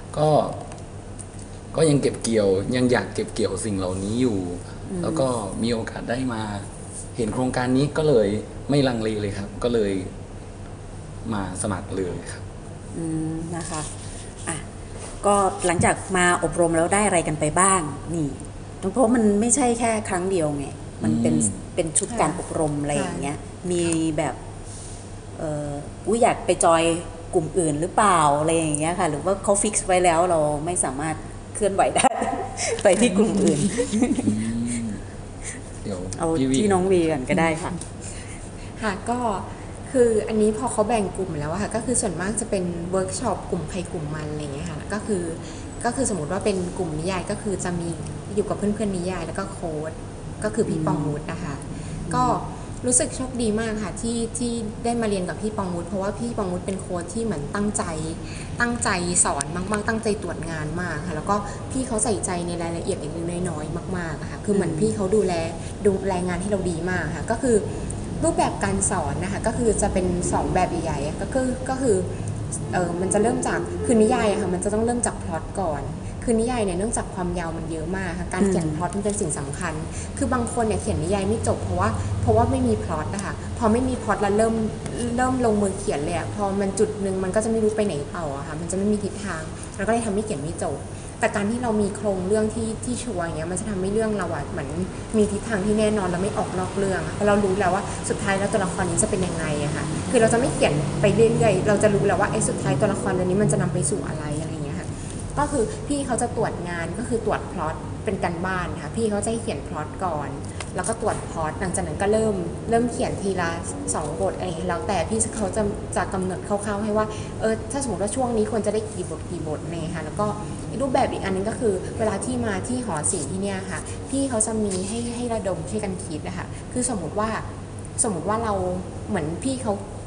G: ก็ยังเก็บเกี่ยวยังอยากเก็บเกี่ยวสิ่งเหล่านี้อยู่แล้วก็มีโอกาสได้มาเห็นโครงการนี้ก็เลยไม่ลังเลเลยครับก็เลยมาสมัครเลยครับ
B: นะคะก็หลังจากมาอบรมแล้วได้อะไรกันไปบ้างนี่เพราะมันไม่ใช่แค่ครั้งเดียวไงมันเป็นชุดการอบรมอะไรอย่างเงี้ยมีแบบอยากไปจอยกลุ่มอื่นหรือเปล่าอะไรอย่างเงี้ยค่ะหรือว่าเขาฟิกซ์ไว้แล้วเราไม่สามารถเคลื่อนไหวได้ไปที่กลุ่มอื่น
G: เดี๋ยว
B: เอาที่น้องวีกันก็ได้ค่ะ
F: ค่ะก็คืออันนี้พอเขาแบ่งกลุ่มแล้วค่ะก็คือส่วนมากจะเป็นเวิร์กช็อปกลุ่มใครกลุ่มมันอะไรอย่างเงี้ยค่ะก็คือสมมติว่าเป็นกลุ่มนิยายก็คือจะมีอยู่กับเพื่อนๆนิยายแล้วก็โค้ดก็คือพี่ปองวุฒินะคะก็รู้สึกโชคดีมากค่ะที่ได้มาเรียนกับพี่ปองวุฒิเพราะว่าพี่ปองวุฒิเป็นโค้ดที่เหมือนตั้งใจสอนมากๆตั้งใจตรวจงานมากค่ะแล้วก็พี่เขาใส่ใจในรายละเอียดเล็กๆน้อยๆมากๆค่ะคือเหมือนพี่เขาดูแลงานให้เราดีมากค่ะก็คือรูปแบบการสอนนะคะก็คือจะเป็น2แบบใหญ่ๆก็คือมันจะเริ่มจากคือนิยายค่ะมันจะต้องเริ่มจากพล็อตก่อนคือนิยายเนี่ยเนื่องจากความยาวมันเยอะมากค่ะการเขียนพล็อตมันเป็นสิ่งสำคัญคือบางคนเนี่ยเขียนนิยายไม่จบเพราะว่าไม่มีพล็อตนะคะพอไม่มีพล็อตแล้วเริ่มลงมือเขียนเลยพอมันจุดนึงมันก็จะไม่รู้ไปไหนต่อค่ะมันจะไม่มีทิศทางแล้วก็เลยทำให้เขียนไม่จบแต่การที่เรามีโครงเรื่องที่ชัวร์อย่างเงี้ยมันจะทำให้เรื่องเราเหมือนมีทิศทางที่แน่นอนแล้วไม่ออกนอกเรื่องเพราะเรารู้แล้วว่าสุดท้ายแล้วตัวละครนี้จะเป็นยังไงอะค่ะคือเราจะไม่เขียนไปเรื่อยๆเราจะรู้แล้วว่าสุดท้ายตัวละครตัวนี้มันจะนำไปสู่อะไรอย่างเงี้ยค่ะก็คือพี่เขาจะตรวจงานก็คือตรวจพล็อตเป็นการบ้านค่ะพี่เขาจะให้เขียนพล็อตก่อนแล้วก็ตรวจพล็อตหลังจากนั้นก็เริ่มเขียนทีละ2บทอะไรแล้วแต่พี่เขาจะกำหนดคร่าวๆให้ว่าถ้าสมมติว่าช่วงนี้ควรจะได้กี่บทเนี่ยค่ะแล้วก็รูปแบบอีกอันนึงก็คือเวลาที่มาที่หอศิลป์ที่เนี่ยค่ะพี่เขาจะมีให้ระดมช่วยกันคิดนะคะคือสมมติว่าเราเหมือนพี่เขาคิด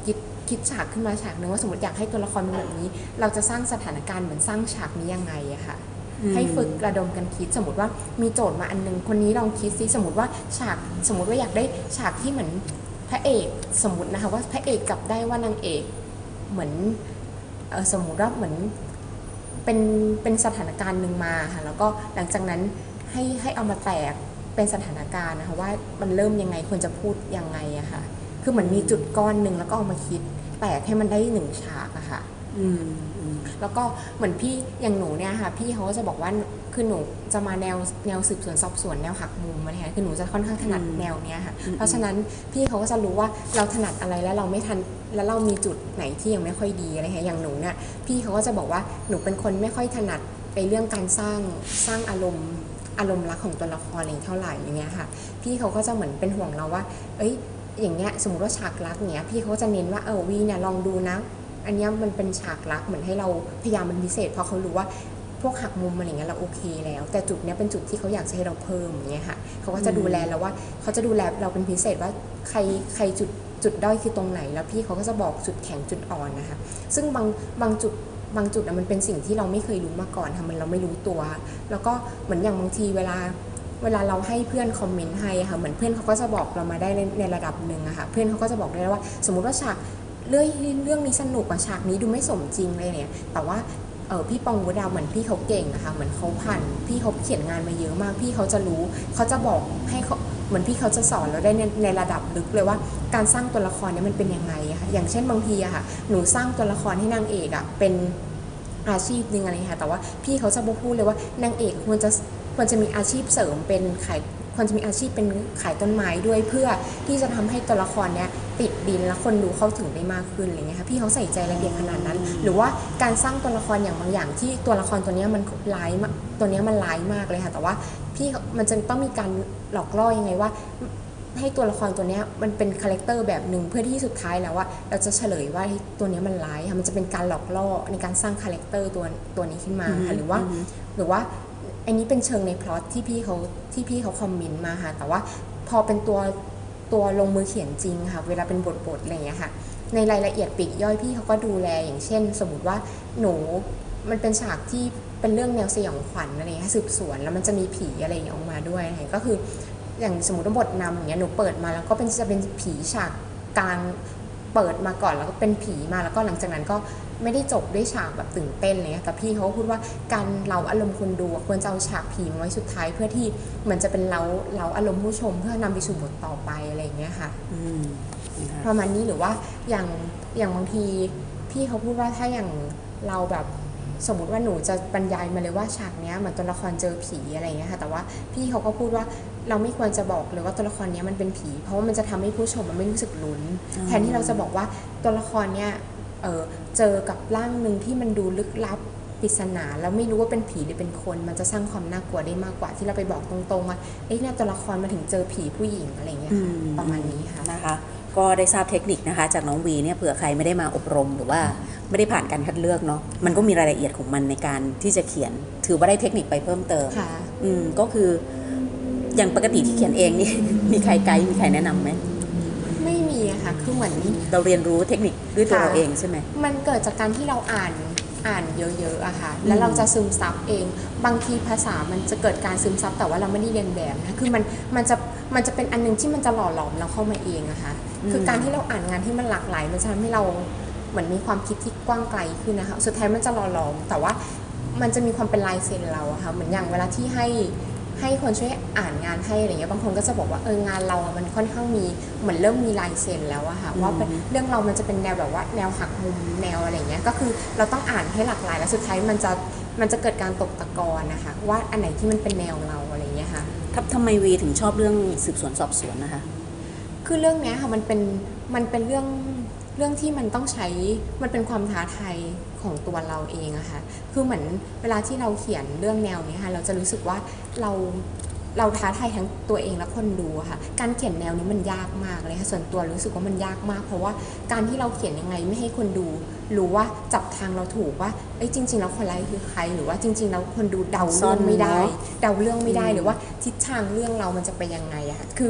F: คิดฉากขึ้นมาฉากนึงว่าสมมติอยากให้ตัวละครเป็นแบบนี้เราจะสร้างสถานการณ์เหมือนสร้างฉากนี้ยังไงอะค่ะให้ฝึกระดมกันคิดสมมติว่ามีโจทย์มาอันนึงคนนี้ลองคิดซิสมมติว่าสมมติว่าอยากได้ฉากที่เหมือนพระเอกสมมตินะคะว่าพระเอกจับได้ว่านางเอกเหมือนสมมติว่าเหมือนเป็นสถานการณ์หนึ่งมาค่ะแล้วก็หลังจากนั้นให้เอามาแตกเป็นสถานการณ์นะคะว่ามันเริ่มยังไงควรจะพูดยังไงอะค่ะคือเหมือนมีจุดก้อนหนึ่งแล้วก็เอามาคิดแตกให้มันได้หนึ่งฉากอะค่ะแล้วก็เหมือนพี่อย่างหนูเนี่ยค่ะพี่เขาก็จะบอกว่าคือหนูจะมาแนวสืบสวนสอบสวนแนวหักมุมอะไรค่ะคือหนูจะค่อนข้างถนัดแนวเนี้ยค่ะเพราะฉะนั้นพี่เขาก็จะรู้ว่าเราถนัดอะไรแล้วเราไม่ทันแล้วเรามีจุดไหนที่ยังไม่ค่อยดีอะไรค่ะอย่างหนูเนี่ยพี่เขาก็จะบอกว่าหนูเป็นคนไม่ค่อยถนัดในเรื่องการสร้างอารมณ์รักของตัวละครเท่าไหร่อย่างเงี้ยค่ะพี่เขาก็จะเหมือนเป็นห่วงเราว่าอย่างเงี้ยสมมติว่าฉากรักเนี้ยพี่เขาจะเน้นว่าวีเนี่ยลองดูนะอันนี้มันเป็นฉากรักเหมือนให้เราพยายามเป็นพิเศษเพราะเขารู้ว่าพวกหักมุมอะไรเงี้ยเราโอเคแล้วแต่จุดเนี้ยเป็นจุดที่เขาอยากให้เราเพิ่มอย่างเงี้ยค่ะเขาก็จะดูแลเราว่าเขาจะดูแลเราเป็นพิเศษว่าใครจุดด้อยคือตรงไหนแล้วพี่เขาก็จะบอกจุดแข็งจุดอ่อนนะคะซึ่งบางจุดมันเป็นสิ่งที่เราไม่เคยรู้มาก่อนค่ะมันเราไม่รู้ตัวแล้วก็เหมือนอย่างบางทีเวลาเราให้เพื่อนคอมเมนต์ให้ค่ะเหมือนเพื่อนเขาก็จะบอกเรามาได้ในระดับหนึ่งอะค่ะเพื่อนเขาก็จะบอกได้ว่าสมมุติว่าฉากเรื่องนี้สนุกฉากนี้ดูไม่สมจริงเลยเนี่ยแต่ว่าพี่ปองวุฒิเหมือนพี่เขาเก่งนะคะเหมือนเขาผ่านพี่เขาเขียนงานมาเยอะมากพี่เขาจะรู้เขาจะบอกให้เขาเหมือนพี่เขาจะสอนเราได้ในระดับลึกเลยว่าการสร้างตัวละครเนี่ยมันเป็นยังไงอะค่ะอย่างเช่นบางทีอะค่ะหนูสร้างตัวละครให้นางเอกอะเป็นอาชีพนึงอะไรค่ะแต่ว่าพี่เขาจะพูดเลยว่านางเอกควรจะมีอาชีพเสริมเป็นควรจะมีอาชีพเป็นขายต้นไม้ด้วยเพื่อที่จะทำให้ตัวละครเนี้ยติดดินและคนดูเข้าถึงได้มากขึ้นอะไรเงี้ยค่ะพี่เขาใส่ใจรายละเอียดขนาดนั้นหรือว่าการสร้างตัวละครอย่างบางอย่างที่ตัวละครตัวนี้มันร้ายตัวนี้มันร้ายมากเลยค่ะแต่ว่าพี่มันจะต้องมีการหลอกล่อยังไงว่าให้ตัวละครตัวนี้มันเป็นคาแรคเตอร์แบบหนึ่งเพื่อที่สุดท้ายแล้วว่าเราจะเฉลยว่าตัวนี้มันร้ายค่ะมันจะเป็นการหลอกล่อในการสร้างคาแรคเตอร์ตัวนี้ขึ้นมาค่ะหรือว่าอันนี้เป็นเชิงในพล็อตที่พี่เขาคอมเมนต์มาค่ะแต่ว่าพอเป็นตัวลงมือเขียนจริงค่ะเวลาเป็นบทอะไรอย่างเงี้ยค่ะในรายละเอียดปลีกย่อยพี่เขาก็ดูแลอย่างเช่นสมมติว่ามันเป็นฉากที่เป็นเรื่องแนวสยองขวัญอะไรเงี้ยสืบสวนแล้วมันจะมีผีอะไรอย่างเงี้ยออกมาด้วยก็คืออย่างสมมติว่าบทนำอย่างเงี้ยหนูเปิดมาแล้วก็จะเป็นผีฉากกลางเปิดมาก่อนแล้วก็เป็นผีมาแล้วก็หลังจากนั้นก็ไม่ได้จบด้วยฉากแบบตื่นเต้นเลยแต่พี่เขาพูดว่าการเล้าอารมณ์คนดูควรจะเอาฉากผีไว้สุดท้ายเพื่อที่เหมือนจะเป็นเล้าอารมณ์ผู้ชมเพื่อนำไปสู่บทต่อไปอะไรอย่างเงี้ยค่ะประมาณนี้หรือว่าอย่างบางทีพี่เขาพูดว่าถ้าอย่างเราแบบสมมติว่าหนูจะบรรยายมาเลยว่าฉากเนี้ยเหมือนตัวละครเจอผีอะไรอย่างเงี้ยค่ะแต่ว่าพี่เขาก็พูดว่าเราไม่ควรจะบอกเลยว่าตัวละครเนี้ยมันเป็นผีเพราะว่ามันจะทำให้ผู้ชมมันไม่รู้สึกลุ้นแทนที่เราจะบอกว่าตัวละครเนี้ยเจอกับร่างหนึ่งที่มันดูลึกลับปริศนาแล้วไม่รู้ว่าเป็นผีหรือเป็นคนมันจะสร้างความน่ากลัวได้มากกว่าที่เราไปบอกตรงๆว่าเนี่ยตัวละครมาถึงเจอผีผู้หญิงอะไรเงี้ยประมาณนี้ค่ะ
B: นะคะก็ได้ทราบเทคนิคนะคะจากน้องวีเนี่ยเผื่อใครไม่ได้มาอบรมหรือว่าไม่ได้ผ่านการคัดเลือกเนาะมันก็มีรายละเอียดของมันในการที่จะเขียนถือว่าได้เทคนิคไปเพิ่มเติมก็คืออย่างปกติที่เขียนเองนี่ มีใครไกด์มีใครแนะนำไหม
F: ไม่มีอะค่ะคือเหมือน
B: เราเรียนรู้เทคนิคด้วยตัวเราเองใช่ไหม
F: มันเกิดจากการที่เราอ่านเยอะๆอะค่ะแล้วเราจะซึมซับเองบางทีภาษามันจะเกิดการซึมซับแต่ว่าเราไม่ได้เรียนแบบนะคือมันจะเป็นอันนึงที่มันจะหล่อหลอมเราเข้ามาเองอะค่ะคือการที่เราอ่านงานที่มันหลากหลายมันจะทำให้เราเหมือนมีความคิดที่กว้างไกลขึ้นนะคะสุดท้ายมันจะหล่อหลอมแต่ว่ามันจะมีความเป็นลายเซ็นเราอะค่ะเหมือนอย่างเวลาที่ให้คนช่วยอ่านงานให้อะไรเงี้ยบางคนก็จะบอกว่างานเรามันค่อนข้างมีเหมือนเริ่มมีลายเซ็นแล้วอะค่ะว่าเรื่องเรามันจะเป็นแนวแบบว่าแนวหักมุมแนวอะไรเงี้ยก็คือเราต้องอ่านให้หลากหลายแล้วสุดท้ายมันจะเกิดการตกตะกอนนะคะว่าอันไหนที่มันเป็นแนวเราอะไรเงี้ยค่ะ
B: ทำไมวีถึงชอบเรื่องสืบสวนสอบสวนนะคะ
F: คือเรื่องนี้ค่ะมันเป็นเรื่องที่มันต้องใช้มันเป็นความท้าทายของตัวเราเองอะค่ะคือเหมือนเวลาที่เราเขียนเรื่องแนวนี้ค่ะเราจะรู้สึกว่าเราท้าทายทั้งตัวเองและคนดูค่ะการเขียนแนวนี้มันยากมากเลยค่ะส่วนตัวรู้สึกว่ามันยากมากเพราะว่าการที่เราเขียนยังไงไม่ให้คนดูรู้ว่าจับทางเราถูกว่าจริงๆแล้วคนร้ายคือใครหรือว่าจริงๆแล้วคนดูเดาเรื่องไม่ได้หรือว่าทิศทางเรื่องเรามันจะไปยังไงอะค่ะคือ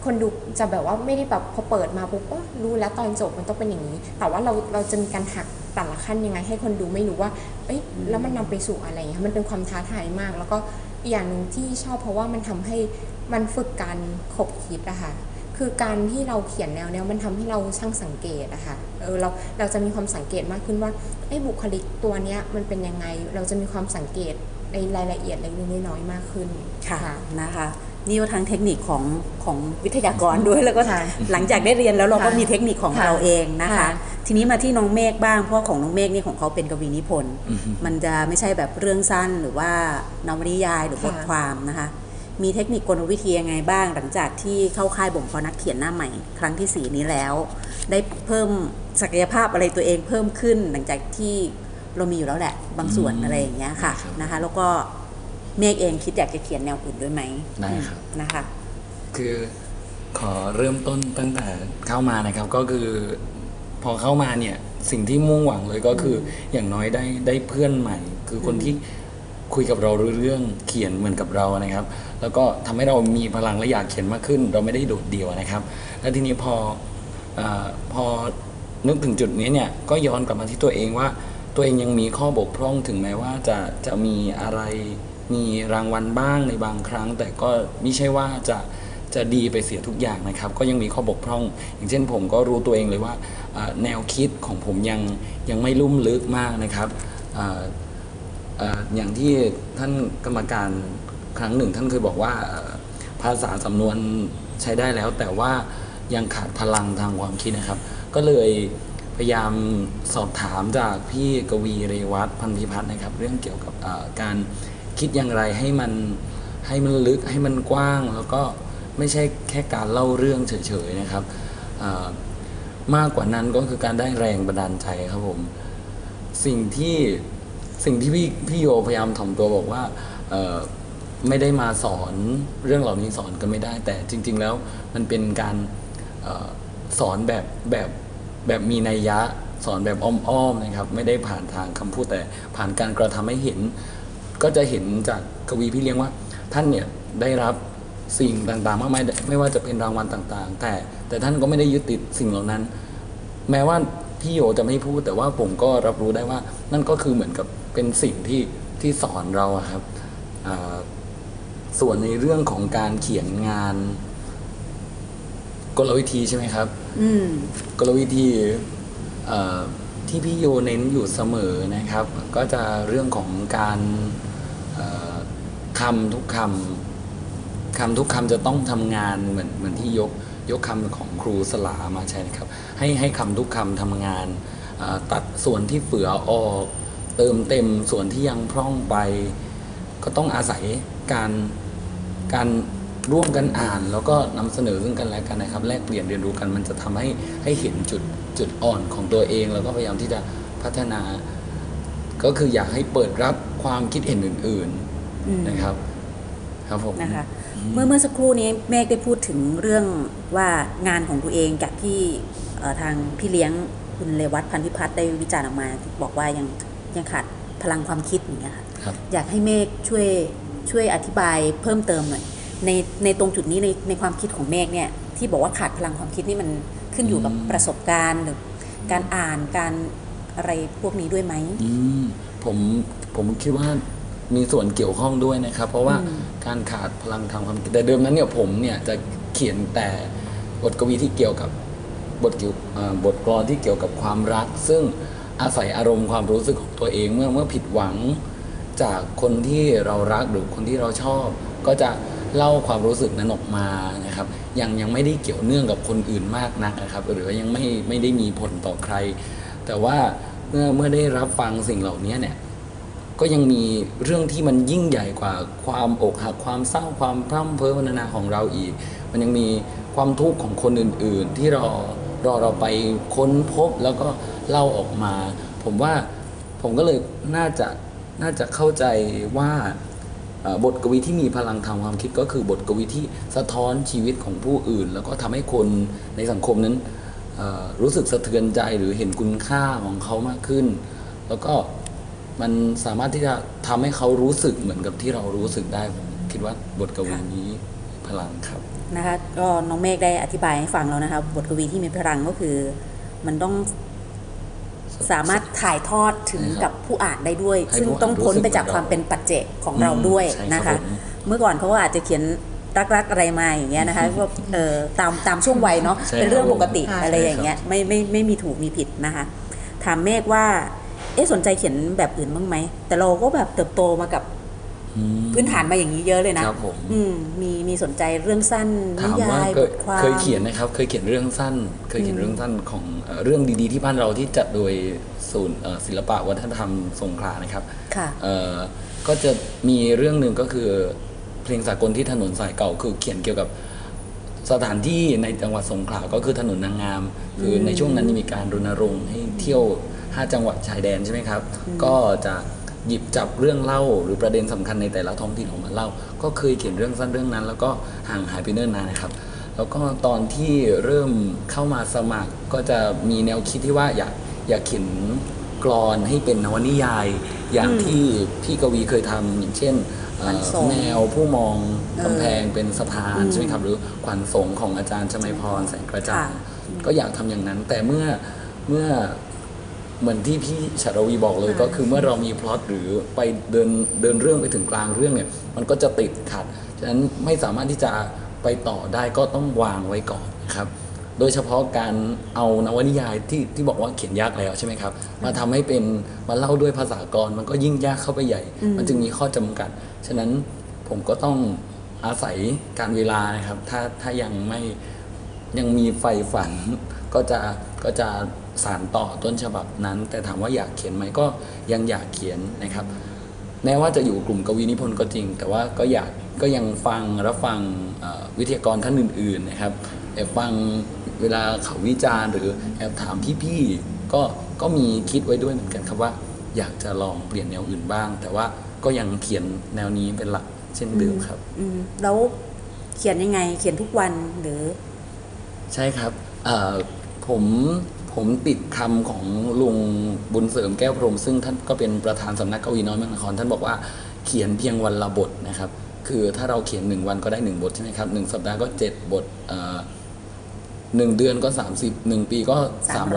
F: คนดูจะแบบว่าไม่ได้แบบพอเปิดมาปุ๊บก็รู้แล้วตอนจบมันต้องเป็นอย่างนี้แต่ว่าเราจะมีการหักแต่ละขั้นยังไงให้คนดูไม่รู้ว่าเอ้ยแล้วมันนำไปสู่อะไรอย่างเงี้ยมันเป็นความท้าทายมากแล้วก็อีกอย่างนึงที่ชอบเพราะว่ามันทำให้มันฝึกการคบคิดอะค่ะคือการที่เราเขียนแนวมันทำให้เราช่างสังเกตอะค่ะเราจะมีความสังเกตมากขึ้นว่าไอ้บุคลิกตัวเนี้ยมันเป็นยังไงเราจะมีความสังเกตในรายละเอียดเล็กๆน้อยๆมากขึ้น
B: ค่ะนะคะนี่ก็ทั้งเทคนิคของวิทยากรด้วยแล้วก็หลังจากได้เรียนแล้วเราก็มีเทคนิคของเราเองนะคะทีนี้มาที่น้องเมฆบ้างเพราะของน้องเมฆนี่ของเขาเป็นกวีนิพนธ์มันจะไม่ใช่แบบเรื่องสั้นหรือว่านวนิยายหรือบทความนะคะมีเทคนิคกลวิธียังไงบ้างหลังจากที่เข้าค่ายบ่มเพาะนักเขียนหน้าใหม่ครั้งที่4นี้แล้วได้เพิ่มศักยภาพอะไรตัวเองเพิ่มขึ้นหลังจากที่เรามีอยู่แล้วแหละบางส่วนอะไรอย่างเงี้ยค่ะนะคะแล้วก็เมฆเองคิดอยากจะเขียนแนวอื่นด้วยไหม
G: ได้ครับ
B: นะคะ
G: คือขอเริ่มต้นตั้งแต่เข้ามานะครับก็คือพอเข้ามาเนี่ยสิ่งที่มุ่งหวังเลยก็คืออย่างน้อยได้เพื่อนใหม่คือคนที่คุยกับเราเรื่องเขียนเหมือนกับเรานะครับแล้วก็ทำให้เรามีพลังและอยากเขียนมากขึ้นเราไม่ได้โดดเดี่ยวนะครับแล้วทีนี้พอนึกถึงจุดนี้เนี่ยก็ย้อนกลับมาที่ตัวเองว่าตัวเองยังมีข้อบกพร่องถึงแม้ว่าจะมีอะไรมีรางวัลบ้างในบางครั้งแต่ก็ไม่ใช่ว่าจะดีไปเสียทุกอย่างนะครับก็ยังมีข้อบกพร่องอย่างเช่นผมก็รู้ตัวเองเลยว่าแนวคิดของผมยังไม่ลุ่มลึกมากนะครับอย่างที่ท่านกรรมการครั้งหนึ่งท่านเคยบอกว่าภาษาสำนวนใช้ได้แล้วแต่ว่ายังขาดพลังทางความคิดนะครับก็เลยพยายามสอบถามจากพี่กวีเรวัตพันธิพัฒน์นะครับเรื่องเกี่ยวกับการคิดอย่างไรให้มันลึกให้มันกว้างแล้วก็ไม่ใช่แค่การเล่าเรื่องเฉยๆนะครับมากกว่านั้นก็คือการได้แรงบันดาลใจครับผมสิ่งที่พี่โยพยายามถ่อมตัวบอกว่าไม่ได้มาสอนเรื่องเหล่านี้สอนกันไม่ได้แต่จริงๆแล้วมันเป็นการสอนแบบมีนัยยะสอนแบบอ้อมๆนะครับไม่ได้ผ่านทางคำพูดแต่ผ่านการกระทำให้เห็นก็จะเห็นจากกวีพี่เลี้ยงว่าท่านเนี่ยได้รับสิ่งต่างๆมากมายไม่ว่าจะเป็นรางวัลต่างๆแต่ท่านก็ไม่ได้ยึดติดสิ่งเหล่านั้นแม้ว่าพี่โยจะไม่พูดแต่ว่าผมก็รับรู้ได้ว่านั่นก็คือเหมือนกับเป็นสิ่งที่สอนเราครับส่วนในเรื่องของการเขียนงานกลวิธีใช่ไหมครับกลวิธีที่พี่โยเน้นอยู่เสมอนะครับก็จะเรื่องของการคำทุกคำจะต้องทำงานเหมือนที่ยกคำของครูสลามาใช่นะครับให้คำทุกคำทำงานตัดส่วนที่เฝือออกเติมเต็มส่วนที่ยังพร่องไปก็ต้องอาศัยการร่วมกันอ่านแล้วก็นำเสนอซึ่งกันและกันนะครับแลกเปลี่ยนเรียนรู้กันมันจะทำให้เห็นจุดอ่อนของตัวเองแล้วก็พยายามที่จะพัฒนาก็คืออยากให้เปิดรับความคิดเห็นอื่นๆนะครับครับผม
B: นะคะเมื่อสักครู่นี้แม่ได้พูดถึงเรื่องว่างานของตัวเองจากที่ทางพี่เลี้ยงคุณเรวัตพันธิพัฒน์ได้วิจารณ์ออกมาบอกว่ายังขาดพลังความคิดอย่างเงี้ยค่ะอยากให้เมฆช่วยอธิบายเพิ่มเติมหน่อยในตรงจุดนี้ในความคิดของเมฆเนี่ยที่บอกว่าขาดพลังความคิดนี่มันขึ้นอยู่กับประสบการณ์หรือการอ่านการอะไรพวกนี้ด้วยไหม
G: ผมคิดว่ามีส่วนเกี่ยวข้องด้วยนะครับเพราะว่าการขาดพลังทางความคิดแต่เดิมนั้นเนี่ยผมเนี่ยจะเขียนแต่บทกวีที่เกี่ยวกับบทกลอนที่เกี่ยวกับความรักซึ่งอาศัยอารมณ์ความรู้สึกของตัวเองเมื่อผิดหวังจากคนที่เรารักหรือคนที่เราชอบก็จะเล่าความรู้สึกนั้นออกมานะครับยังไม่ได้เกี่ยวเนื่องกับคนอื่นมากนักนะครับหรือยังไม่ได้มีผลต่อใครแต่ว่าเมื่อได้รับฟังสิ่งเหล่านี้เนี่ยก็ยังมีเรื่องที่มันยิ่งใหญ่กว่าความอกหักความเศร้าความพร่ำเพ้อพรรณนาของเราอีกมันยังมีความทุกข์ของคนอื่นๆที่เราไปค้นพบแล้วก็เล่าออกมาผมก็เลยน่าจะเข้าใจว่าบทกวีที่มีพลังทางความคิดก็คือบทกวีที่สะท้อนชีวิตของผู้อื่นแล้วก็ทำให้คนในสังคมนั้นรู้สึกสะเทือนใจหรือเห็นคุณค่าของเขามากขึ้นแล้วก็มันสามารถที่จะทำให้เขารู้สึกเหมือนกับที่เรารู้สึกได้ผมคิดว่าบทกวีนี้พลังครับ
B: นะคะก็น้องเมฆได้อธิบายให้ฟังแล้วนะคะบทกวีที่มีพลังก็คือมันต้องสามารถถ่ายทอดถึงกับผู้อ่านได้ด้วยซึ่งต้องพ้นไปจากความเป็นปัจเจกของเราด้วยนะคะเมื่อก่อนเขาก็อาจจะเขียนรักอะไรมาอย่างเงี้ยนะคะก็ตามช่วงวัยเนาะเป็นเรื่องปกติอะไรอย่างเงี้ยไม่มีถูกมีผิดนะคะถามเมฆว่าสนใจเขียนแบบอื่นบ้างไหมแต่เราก็แบบเติบโตมากับพื้นฐานมาอย่างนี้เยอะเลยนะครับผมมีสนใจเรื่องสั้นนิยายบทความ
G: เคยเขียนนะครับเคยเขียนเรื่องสั้นของเรื่องดีๆที่บ้านเราที่จัดโดยศูนย์ศิลปะวัฒนธรรมสงขลานะครับก็จะมีเรื่องหนึ่งก็คือเพลงสากลที่ถนนสายเก่าคือเขียนเกี่ยวกับสถานที่ในจังหวัดสงขลาก็คือถนนนางงามคือในช่วงนั้นมีการรณรงค์ให้เที่ยว5จังหวัดชายแดนใช่ไหมครับก็จะหยิบจับเรื่องเล่าหรือประเด็นสำคัญในแต่ละท้องถิ่นออกมาเล่าก็เคยเขียนเรื่องสั้นเรื่องนั้นแล้วก็ห่างหายไปเนิ่นนานนะครับแล้วก็ตอนที่เริ่มเข้ามาสมัครก็จะมีแนวคิดที่ว่าอยากเขียนกลอนให้เป็นนวนิยายอย่างที่พี่กวีเคยทำอย่างเช่นแนวผู้มองกำแพงเป็นสะพานใช่ไหมครับหรือขวัญสงของอาจารย์ชมัยพรแสงกระจ่างก็อยากทำอย่างนั้นแต่เมื่อเหมือนที่พี่ชรวีบอกเลยก็คือเมื่อเรามีพล็อตหรือไปเดินเรื่องไปถึงกลางเรื่องเนี่ยมันก็จะติดขัดฉะนั้นไม่สามารถที่จะไปต่อได้ก็ต้องวางไว้ก่อนนะครับโดยเฉพาะการเอานวนิยายที่บอกว่าเขียนยากแล้วใช่ไหมครับมาทำให้เป็นมาเล่าด้วยภาษากรมันก็ยิ่งยากเข้าไปใหญ่มันจึงมีข้อจำกัดฉะนั้นผมก็ต้องอาศัยการเวลานะครับถ้ายังมีไฟฝันก็จะสานต่อต้นฉบับนั้นแต่ถามว่าอยากเขียนไหมก็ยังอยากเขียนนะครับแม้ว่าจะอยู่กลุ่มกวีนิพนธ์ก็จริงแต่ว่าก็ยังรับฟังวิทยากรท่านอื่นๆนะครับแอบฟังเวลาเขาวิจารณ์หรือแอบถามพี่ๆก็มีคิดไว้ด้วยเหมือนกันครับว่าอยากจะลองเปลี่ยนแนวอื่นบ้างแต่ว่าก็ยังเขียนแนวนี้เป็นหลักเช่นเดิมครับ
B: แล้วเขียนยังไงเขียนทุกวันหรือ
G: ใช่ครับผมติดคำของลุงบุญเสริมแก้วพรหมซึ่งท่านก็เป็นประธานสำนักกวีน้อยเมืองนครท่านบอกว่าเขียนเพียงวันละบทนะครับคือถ้าเราเขียน1วันก็ได้1บทใช่ไหมครับ1สัปดาห์ก็7บท1เดือนก็30 1ปีก็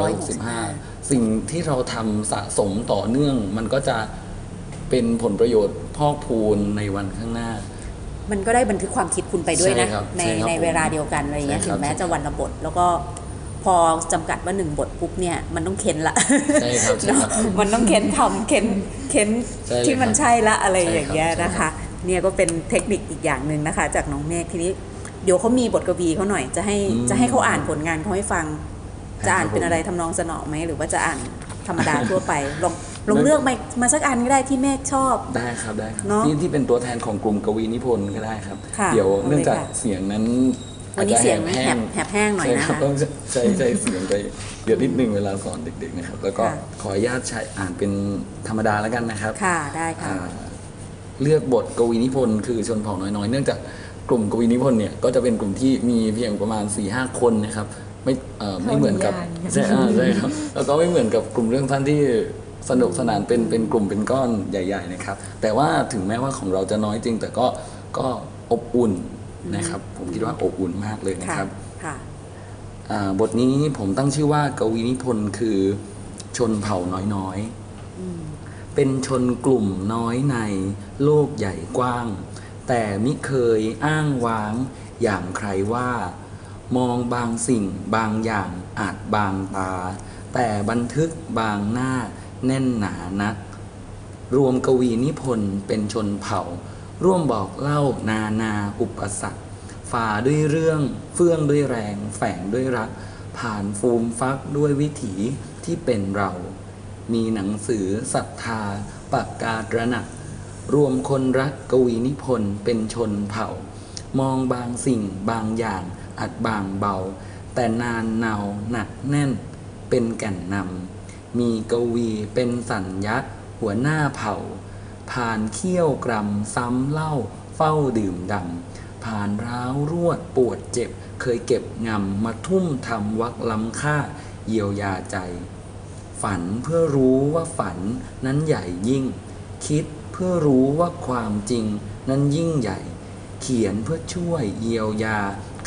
G: 365สิ่งที่เราทำสะสมต่อเนื่องมันก็จะเป็นผลประโยชน์พอกพูนในวันข้างหน้า
B: มันก็ได้บันทึกความคิดคุณไปด้วยนะในเวลาเดียวกันอะไรอย่างเงี้ยถึงแม้จะวันละบทแล้วก็พอจำกัดว่า1บทปุ๊บเนี่ยมันต้องเค้นละ
G: ใช่ครับ
B: มันต้องเค้นทำเค้นที่มันใช่ละอะไรอย่างเงี้ยนะคะเนี่ยก็เป็นเทคนิคอีกอย่างนึงนะคะจากน้องเมฆทีนี้เดี๋ยวเขามีบทกวีเขาหน่อยจะให้เขาอ่านผลงานเขาให้ฟังจะอ่านเป็นอะไรทำนองสนอไหมหรือว่าจะอ่านธรรมดาทั่วไปลองเลือกมาสักอันก็ได้ที่เมฆชอบ
G: ได้ครับที่เป็นตัวแทนของกลุ่มกวีนิพนธ์ก็ได้ครับเดี๋ยวเนื่องจากเสียงนั้น
B: วันนี้เสียงแหบแห้งหน่อยนะคะ
G: ต้องใช้เสียงไปเดี๋ยวนิดนึงเวลาสอนเด็กๆนะครับแล้วก็ขออนุญาตใช้อ่านเป็นธรรมดาแล้วกันนะครับ
B: ค่ะได้ค่ะ
G: เลือกบทกวีนิพนธ์คือชนเผ่าน้อยๆเนื่องจากกลุ่มกวีนิพนธ์เนี่ยก็จะเป็นกลุ่มที่มีเพียงประมาณ 4-5 คนนะครับไม่เหมือนกับใช่ครับแล้วก็ไม่เหมือนกับกลุ่มเรื่องท่านที่สนุกสนานเป็นกลุ่มเป็นก้อนใหญ่ๆนะครับแต่ว่าถึงแม้ว่าของเราจะน้อยจริงแต่ก็อบอุ่นนะครับผมคิดว่าอบอุ่นมากเลยนะครับบทนี้ผมตั้งชื่อว่ากวีนิพนธ์คือชนเผ่าน้อยๆเป็นชนกลุ่มน้อยในโลกใหญ่กว้างแต่มิเคยอ้างว้างอย่างใครว่ามองบางสิ่งบางอย่างอาจบางตาแต่บันทึกบางหน้าแน่นหนานักรวมกวีนิพนธ์เป็นชนเผ่าร่วมบอกเล่านาอุปสรรคฝ่าด้วยเรื่องเฟื่องด้วยแรงแฝงด้วยรักผ่านฟูมฟักด้วยวิถีที่เป็นเรามีหนังสือศรัทธาปากกาตระหนักรวมคนรักกวีนิพนธ์เป็นชนเผ่ามองบางสิ่งบางอย่างอาจบางเบาแต่นานเนาหนักแน่นเป็นแก่นนำมีกวีเป็นสัญญาหัวหน้าเผ่าผ่านเขี้ยวกรำซ้ำเล่าเฝ้าดื่มดำผ่านร้าวรวดปวดเจ็บเคยเก็บงำมาทุ่มทำวักล้ำค่าเยียวยาใจฝันเพื่อรู้ว่าฝันนั้นใหญ่ยิ่งคิดเพื่อรู้ว่าความจริงนั้นยิ่งใหญ่เขียนเพื่อช่วยเยียวยา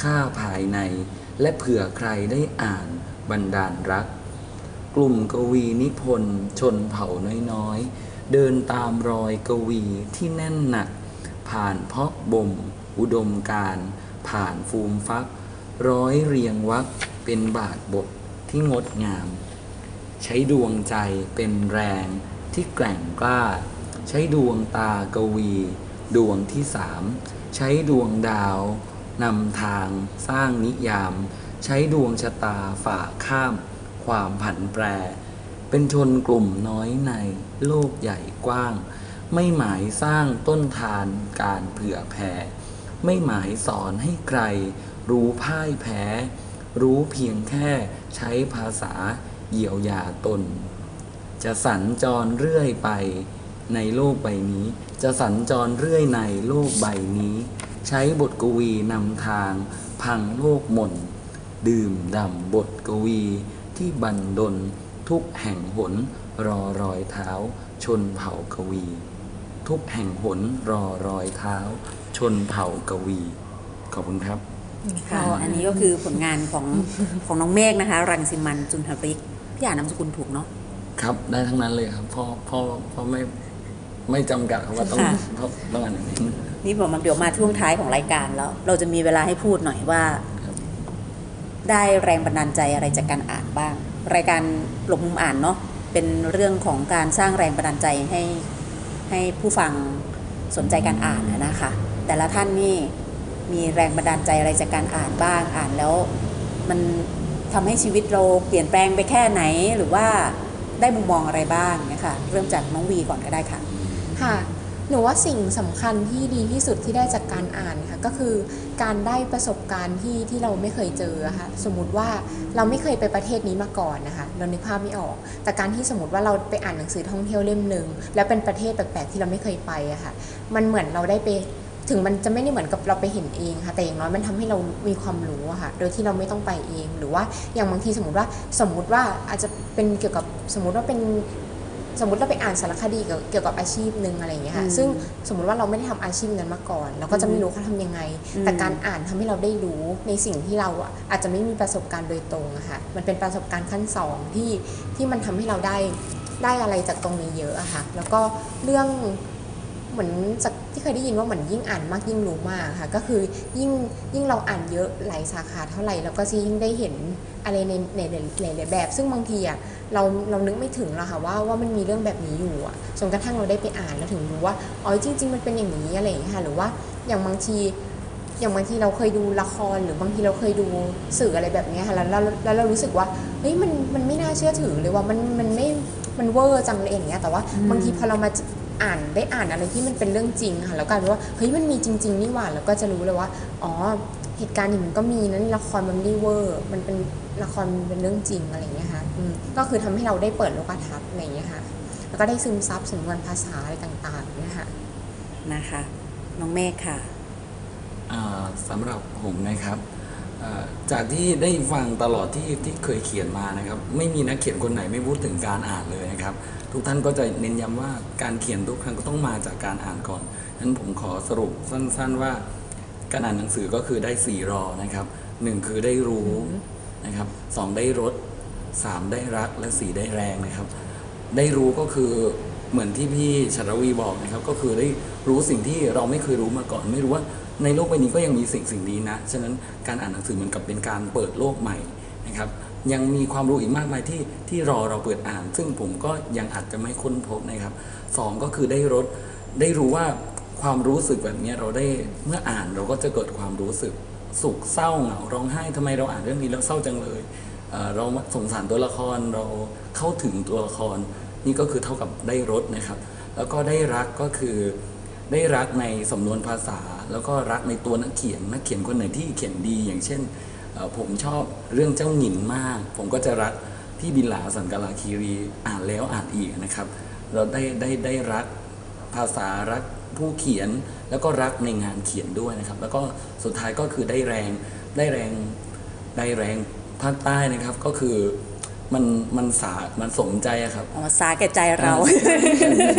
G: ค่าภายในและเผื่อใครได้อ่านบันดาลรักกลุ่มกวีนิพนธ์ชนเผ่าน้อยๆเดินตามรอยกวีที่แน่นหนักผ่านเพาะบ่มอุดมการผ่านฟูมฟักร้อยเรียงวรรคเป็นบาทบทที่งดงามใช้ดวงใจเป็นแรงที่แกร่งกล้าใช้ดวงตากวีดวงที่สามใช้ดวงดาวนำทางสร้างนิยามใช้ดวงชะตาฝ่าข้ามความผันแปรเป็นชนกลุ่มน้อยในโลกใหญ่กว้างไม่หมายสร้างต้นทานการเผื่อแผ่ไม่หมายสอนให้ใครรู้พ่ายแพ้รู้เพียงแค่ใช้ภาษาเยียวยาตนจะสัญจรเรื่อยไปในโลกใบนี้จะสัญจรเรื่อยในโลกใบนี้ใช้บทกวีนำทางพังโลกมนดื่มด่ำบทกวีที่บันดลทุกแห่งหนรอรอยเท้าชนเผ่ากวีทุกแห่งหนรอรอยเท้าชนเผ่ากวีขอบคุณครับ
B: ค่ะอันนี้ก็คือผลงานของน้องเมฆนะคะรังสิมันต์จุลหฤทธิ์พี่อ่านนามสกุลถูกเนาะ
G: ครับได้ทั้งนั้นเลยครับพ่อไม่จำกัดครับว่าต้องอ่านอย่างนี้
B: นี่ผมเดี๋ยวมาช่วงท้ายของรายการแล้วเราจะมีเวลาให้พูดหน่อยว่าได้แรงบันดาลใจอะไรจากการอ่านบ้างรายการหลบมุมอ่านเนาะเป็นเรื่องของการสร้างแรงบันดาลใจให้ผู้ฟังสนใจการอ่านนะคะแต่ละท่านนี่มีแรงบันดาลใจอะไรจากการอ่านบ้างอ่านแล้วมันทำให้ชีวิตเราเปลี่ยนแปลงไปแค่ไหนหรือว่าได้มุมมองอะไรบ้างนะคะเริ่มจากน้องวีก่อนก็ได้ค่ะ
F: ค่ะหนูว่าสิ่งสำคัญที่ดีที่สุดที่ได้จากการอ่านค่ะก็คือการได้ประสบการณ์ที่เราไม่เคยเจอค่ะสมมุติว่าเราไม่เคยไปประเทศนี้มาก่อนนะคะเรานึกภาพไม่ออกแต่การที่สมมติว่าเราไปอ่านหนังสือท่องเที่ยวเล่มนึงแล้วเป็นประเทศแปลกๆที่เราไม่เคยไปอะค่ะมันเหมือนเราได้ไปถึงมันจะไม่ได้เหมือนกับเราไปเห็นเองค่ะแต่อย่างน้อยมันทำให้เรามีความรู้อะค่ะโดยที่เราไม่ต้องไปเองหรือว่าอย่างบางทีสมมติว่าอาจจะเป็นเกี่ยวกับสมมติเราไปอ่านสารคดีเกี่ยวกับอาชีพนึงอะไรอย่างเงี้ยค่ะซึ่งสมมติว่าเราไม่ได้ทำอาชีพนั้นมาก่อนเราก็จะไม่รู้เขาทำยังไงแต่การอ่านทำให้เราได้รู้ในสิ่งที่เราอาจจะไม่มีประสบการณ์โดยตรงอะค่ะมันเป็นประสบการณ์ขั้นสองที่มันทำให้เราได้อะไรจากตรงนี้เยอะอะค่ะแล้วก็เรื่องเหมือนจากที่เคยได้ยินว่าเหมือนยิ่งอ่านมากยิ่งรู้มากค่ะก็คือยิ่งเราอ่านเยอะหลายสาขาเท่าไหร่เราก็จะยิ่งได้เห็นอะไรในหลายแบบซึ่งบางทีอะเรานึกไม่ถึงหรอกค่ะว่ามันมีเรื่องแบบนี้อยู่อะจนกระทั่งเราได้ไปอ่านแล้วถึงรู้ว่าอ๋อจริงๆมันเป็นอย่างนี้อะไรอย่างเงี้ยค่ะหรือว่าอย่างบางทีเราเคยดูละครหรือบางทีเราเคยดูสื่ออะไรแบบนี้ค่ะแล้วเรารู้สึกว่าเฮ้ยมันไม่น่าเชื่อถือเลยว่ามันเวอร์จังเลยอย่างเงี้ยแต่ว่าบางทีพอเรามาได้อ่านอะไรที่มันเป็นเรื่องจริงค่ะแล้วกลายเป็นว่าเฮ้ยมันมีจริงๆนี่หว่าแล้วก็จะรู้เลยว่าอ๋อเหตุการณ์นี้มันก็มีนั้นละครมันไม่ได้เวอร์มันเป็นละครเป็นเรื่องจริงอะไรอย่างเงี้ยค่ะก็คือทำให้เราได้เปิดโลกทัศน์อะไรอย่างเงี้ยค่ะแล้วก็ได้ซึมซับสำนวนภาษาอะไรต่างๆเนี่ยค่ะ
B: นะคะน้องเมฆค่ะ
G: สำหรับผมนะครับจากที่ได้ฟังตลอดที่เคยเขียนมานะครับไม่มีนักเขียนคนไหนไม่พูดถึงการอ่านเลยนะครับทุกท่านก็จะเน้นย้ำว่าการเขียนทุกครั้งก็ต้องมาจากการอ่านก่อนฉะนั้นผมขอสรุปสั้นๆว่าการอ่านหนังสือก็คือได้4 รอนะครับ1คือได้รู้นะครับ2ได้รส3ได้รักและ4ได้แรงนะครับได้รู้ก็คือเหมือนที่พี่ชัรวีบอกนะครับก็คือได้รู้สิ่งที่เราไม่เคยรู้มาก่อนไม่รู้ว่าในโลกใบนี้ก็ยังมีสิ่งนี้นะฉะนั้นการอ่านหนังสือเหมือนกับเป็นการเปิดโลกใหม่นะครับยังมีความรู้อีกมากมายที่รอเราเปิดอ่านซึ่งผมก็ยังอาจจะไม่ค้นพบนะครับ2ก็คือได้รสได้รู้ว่าความรู้สึกแบบนี้เราได้เมื่ออ่านเราก็จะเกิดความรู้สึกสุขเศร้าเหงาร้องไห้ทำไมเราอ่านเรื่องนี้แล้วเศร้าจังเลยเราสงสารตัวละครเราเข้าถึงตัวละครนี่ก็คือเท่ากับได้รสนะครับแล้วก็ได้รักก็คือได้รักในสำนวนภาษาแล้วก็รักในตัวนักเขียนคนไหนที่เขียนดีอย่างเช่นผมชอบเรื่องเจ้าหญิงมากผมก็จะรักพี่บิลาสังกาลาคีรีอ่านแล้วอ่านอีกนะครับเราได้รักภาษารักผู้เขียนแล้วก็รักในงานเขียนด้วยนะครับแล้วก็สุดท้ายก็คือได้แรงภาคใต้นะครับก็คือมันสมใจอะครับ
B: สาแก่ใจเรา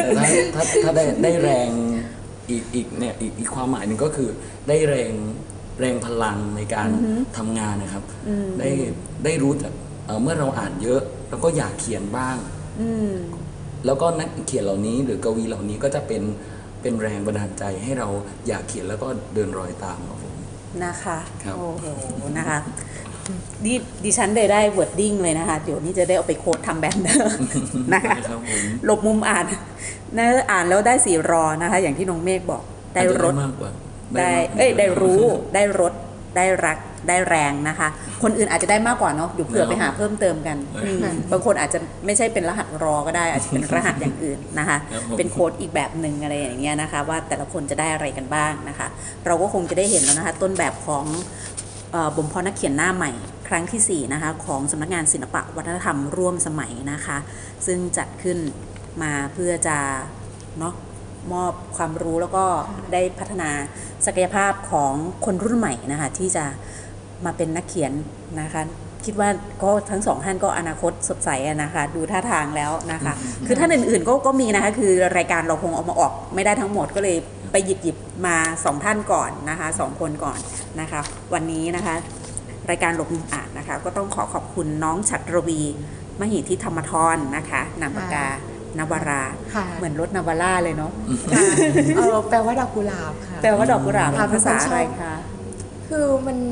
G: ถ้าได้แรงอีกความหมายหนึ่งก็คือได้แรงแรงพลังในการทำงานนะครับได้รู้จากเมื่อเราอ่านเยอะแล้วก็อยากเขียนบ้างแล้วก็นักเขียนเหล่านี้หรือกวีเหล่านี้ก็จะเป็นแรงบันดาลใจให้เราอยากเขียนแล้วก็เดินรอยตามครับผม
B: นะคะโอ้โหนะคะดิฉันได้วอร์ดดิ้งเลยนะคะเดี๋ยวนี้จะได้เอาไปโค้ดทำแบนเนอร์นะคะหลบมุมอ่านนะอ่านแล้วได้สีรอนะคะอย่างที่น้องเมฆบอกได้รสได้รู้ได้รสได้รักได้แรงนะคะคนอื่นอาจจะได้มากกว่าเนาะเดี๋ยวเผื่อไปหาเพิ่มเติมกันบางคนอาจจะไม่ใช่เป็นรหัสรอก็ได้อาจจะเป็นรหัสอย่างอื่นนะคะเป็นโค้ดอีกแบบนึงอะไรอย่างเงี้ยนะคะว่าแต่ละคนจะได้อะไรกันบ้างนะคะเราก็คงจะได้เห็นแล้วนะคะต้นแบบของบ่มเพาะนักเขียนหน้าใหม่ครั้งที่4นะคะของสำนักงานศิลปะวัฒนธรรมร่วมสมัยนะคะซึ่งจัดขึ้นมาเพื่อจะเนาะมอบความรู้แล้วก็ได้พัฒนาศักยภาพของคนรุ่นใหม่นะคะที่จะมาเป็นนักเขียนนะคะคิดว่าก็ทั้งสองท่านก็อนาคตสดใสนะคะดูท่าทางแล้วนะคะคือท่านอื่นๆก็มีนะคะคือรายการเราคงเอามาออกไม่ได้ทั้งหมดก็เลยไปหยิบมา2ท่านก่อนนะคะ2คนก่อนนะคะวันนี้นะคะรายการหลบมุมอ่านนะคะก็ต้องขอบคุณน้องฉัตรวีมหิทธิธรรมธรนะคะนามปากกานวาราเหมือนรถนาวาร่าเลยเนาะ
F: แปลว่าดอกกุหลาบค่ะ
B: แปลว่าดอกกุหลาบภาษาอะไรคะ
F: คือ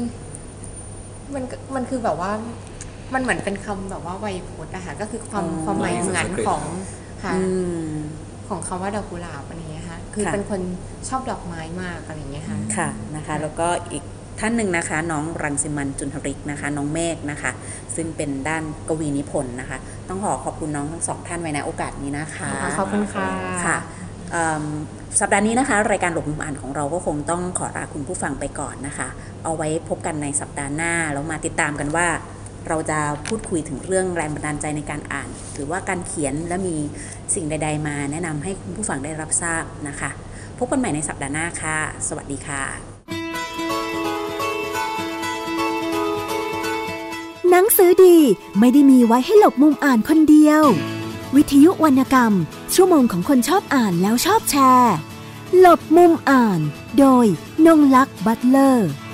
F: มันคือแบบว่ามันเหมือนเป็นคำแบบว่าไวยพจน์นะคะก็คือความหมายเหมือนของค่ะของคำว่าดอกกุหลาบอะไรอย่างเงี้ยค่ะคือเป็นคนชอบดอกไม้มากอะไรอย่างเงี้ยค่ะ
B: ค่ะนะคะแล้วก็อีกท่านหนึ่งนะคะน้องรังสิมันต์จุนทริกนะคะน้องเมฆนะคะซึ่งเป็นด้านกวีนิพนธ์นะคะต้องขอบคุณน้องทั้ง2ท่านไว้ในโอกาสนี้นะคะ
F: ขอบคุณค่ะ
B: ค่ะสัปดาห์นี้นะคะรายการหลบมุมอ่านของเราก็คงต้องขอลาคุณผู้ฟังไปก่อนนะคะเอาไว้พบกันในสัปดาห์หน้าแล้วมาติดตามกันว่าเราจะพูดคุยถึงเรื่องแรงบันดาลใจในการอ่านหรือว่าการเขียนและมีสิ่งใดๆมาแนะนำให้คุณผู้ฟังได้รับทราบนะคะพบกันใหม่ในสัปดาห์หน้าค่ะสวัสดีค่ะ
A: หนังสือดีไม่ได้มีไว้ให้หลบมุมอ่านคนเดียววิทยุวรรณกรรมชั่วโมงของคนชอบอ่านแล้วชอบแชร์หลบมุมอ่านโดยนงลักษณ์บัตเลอร์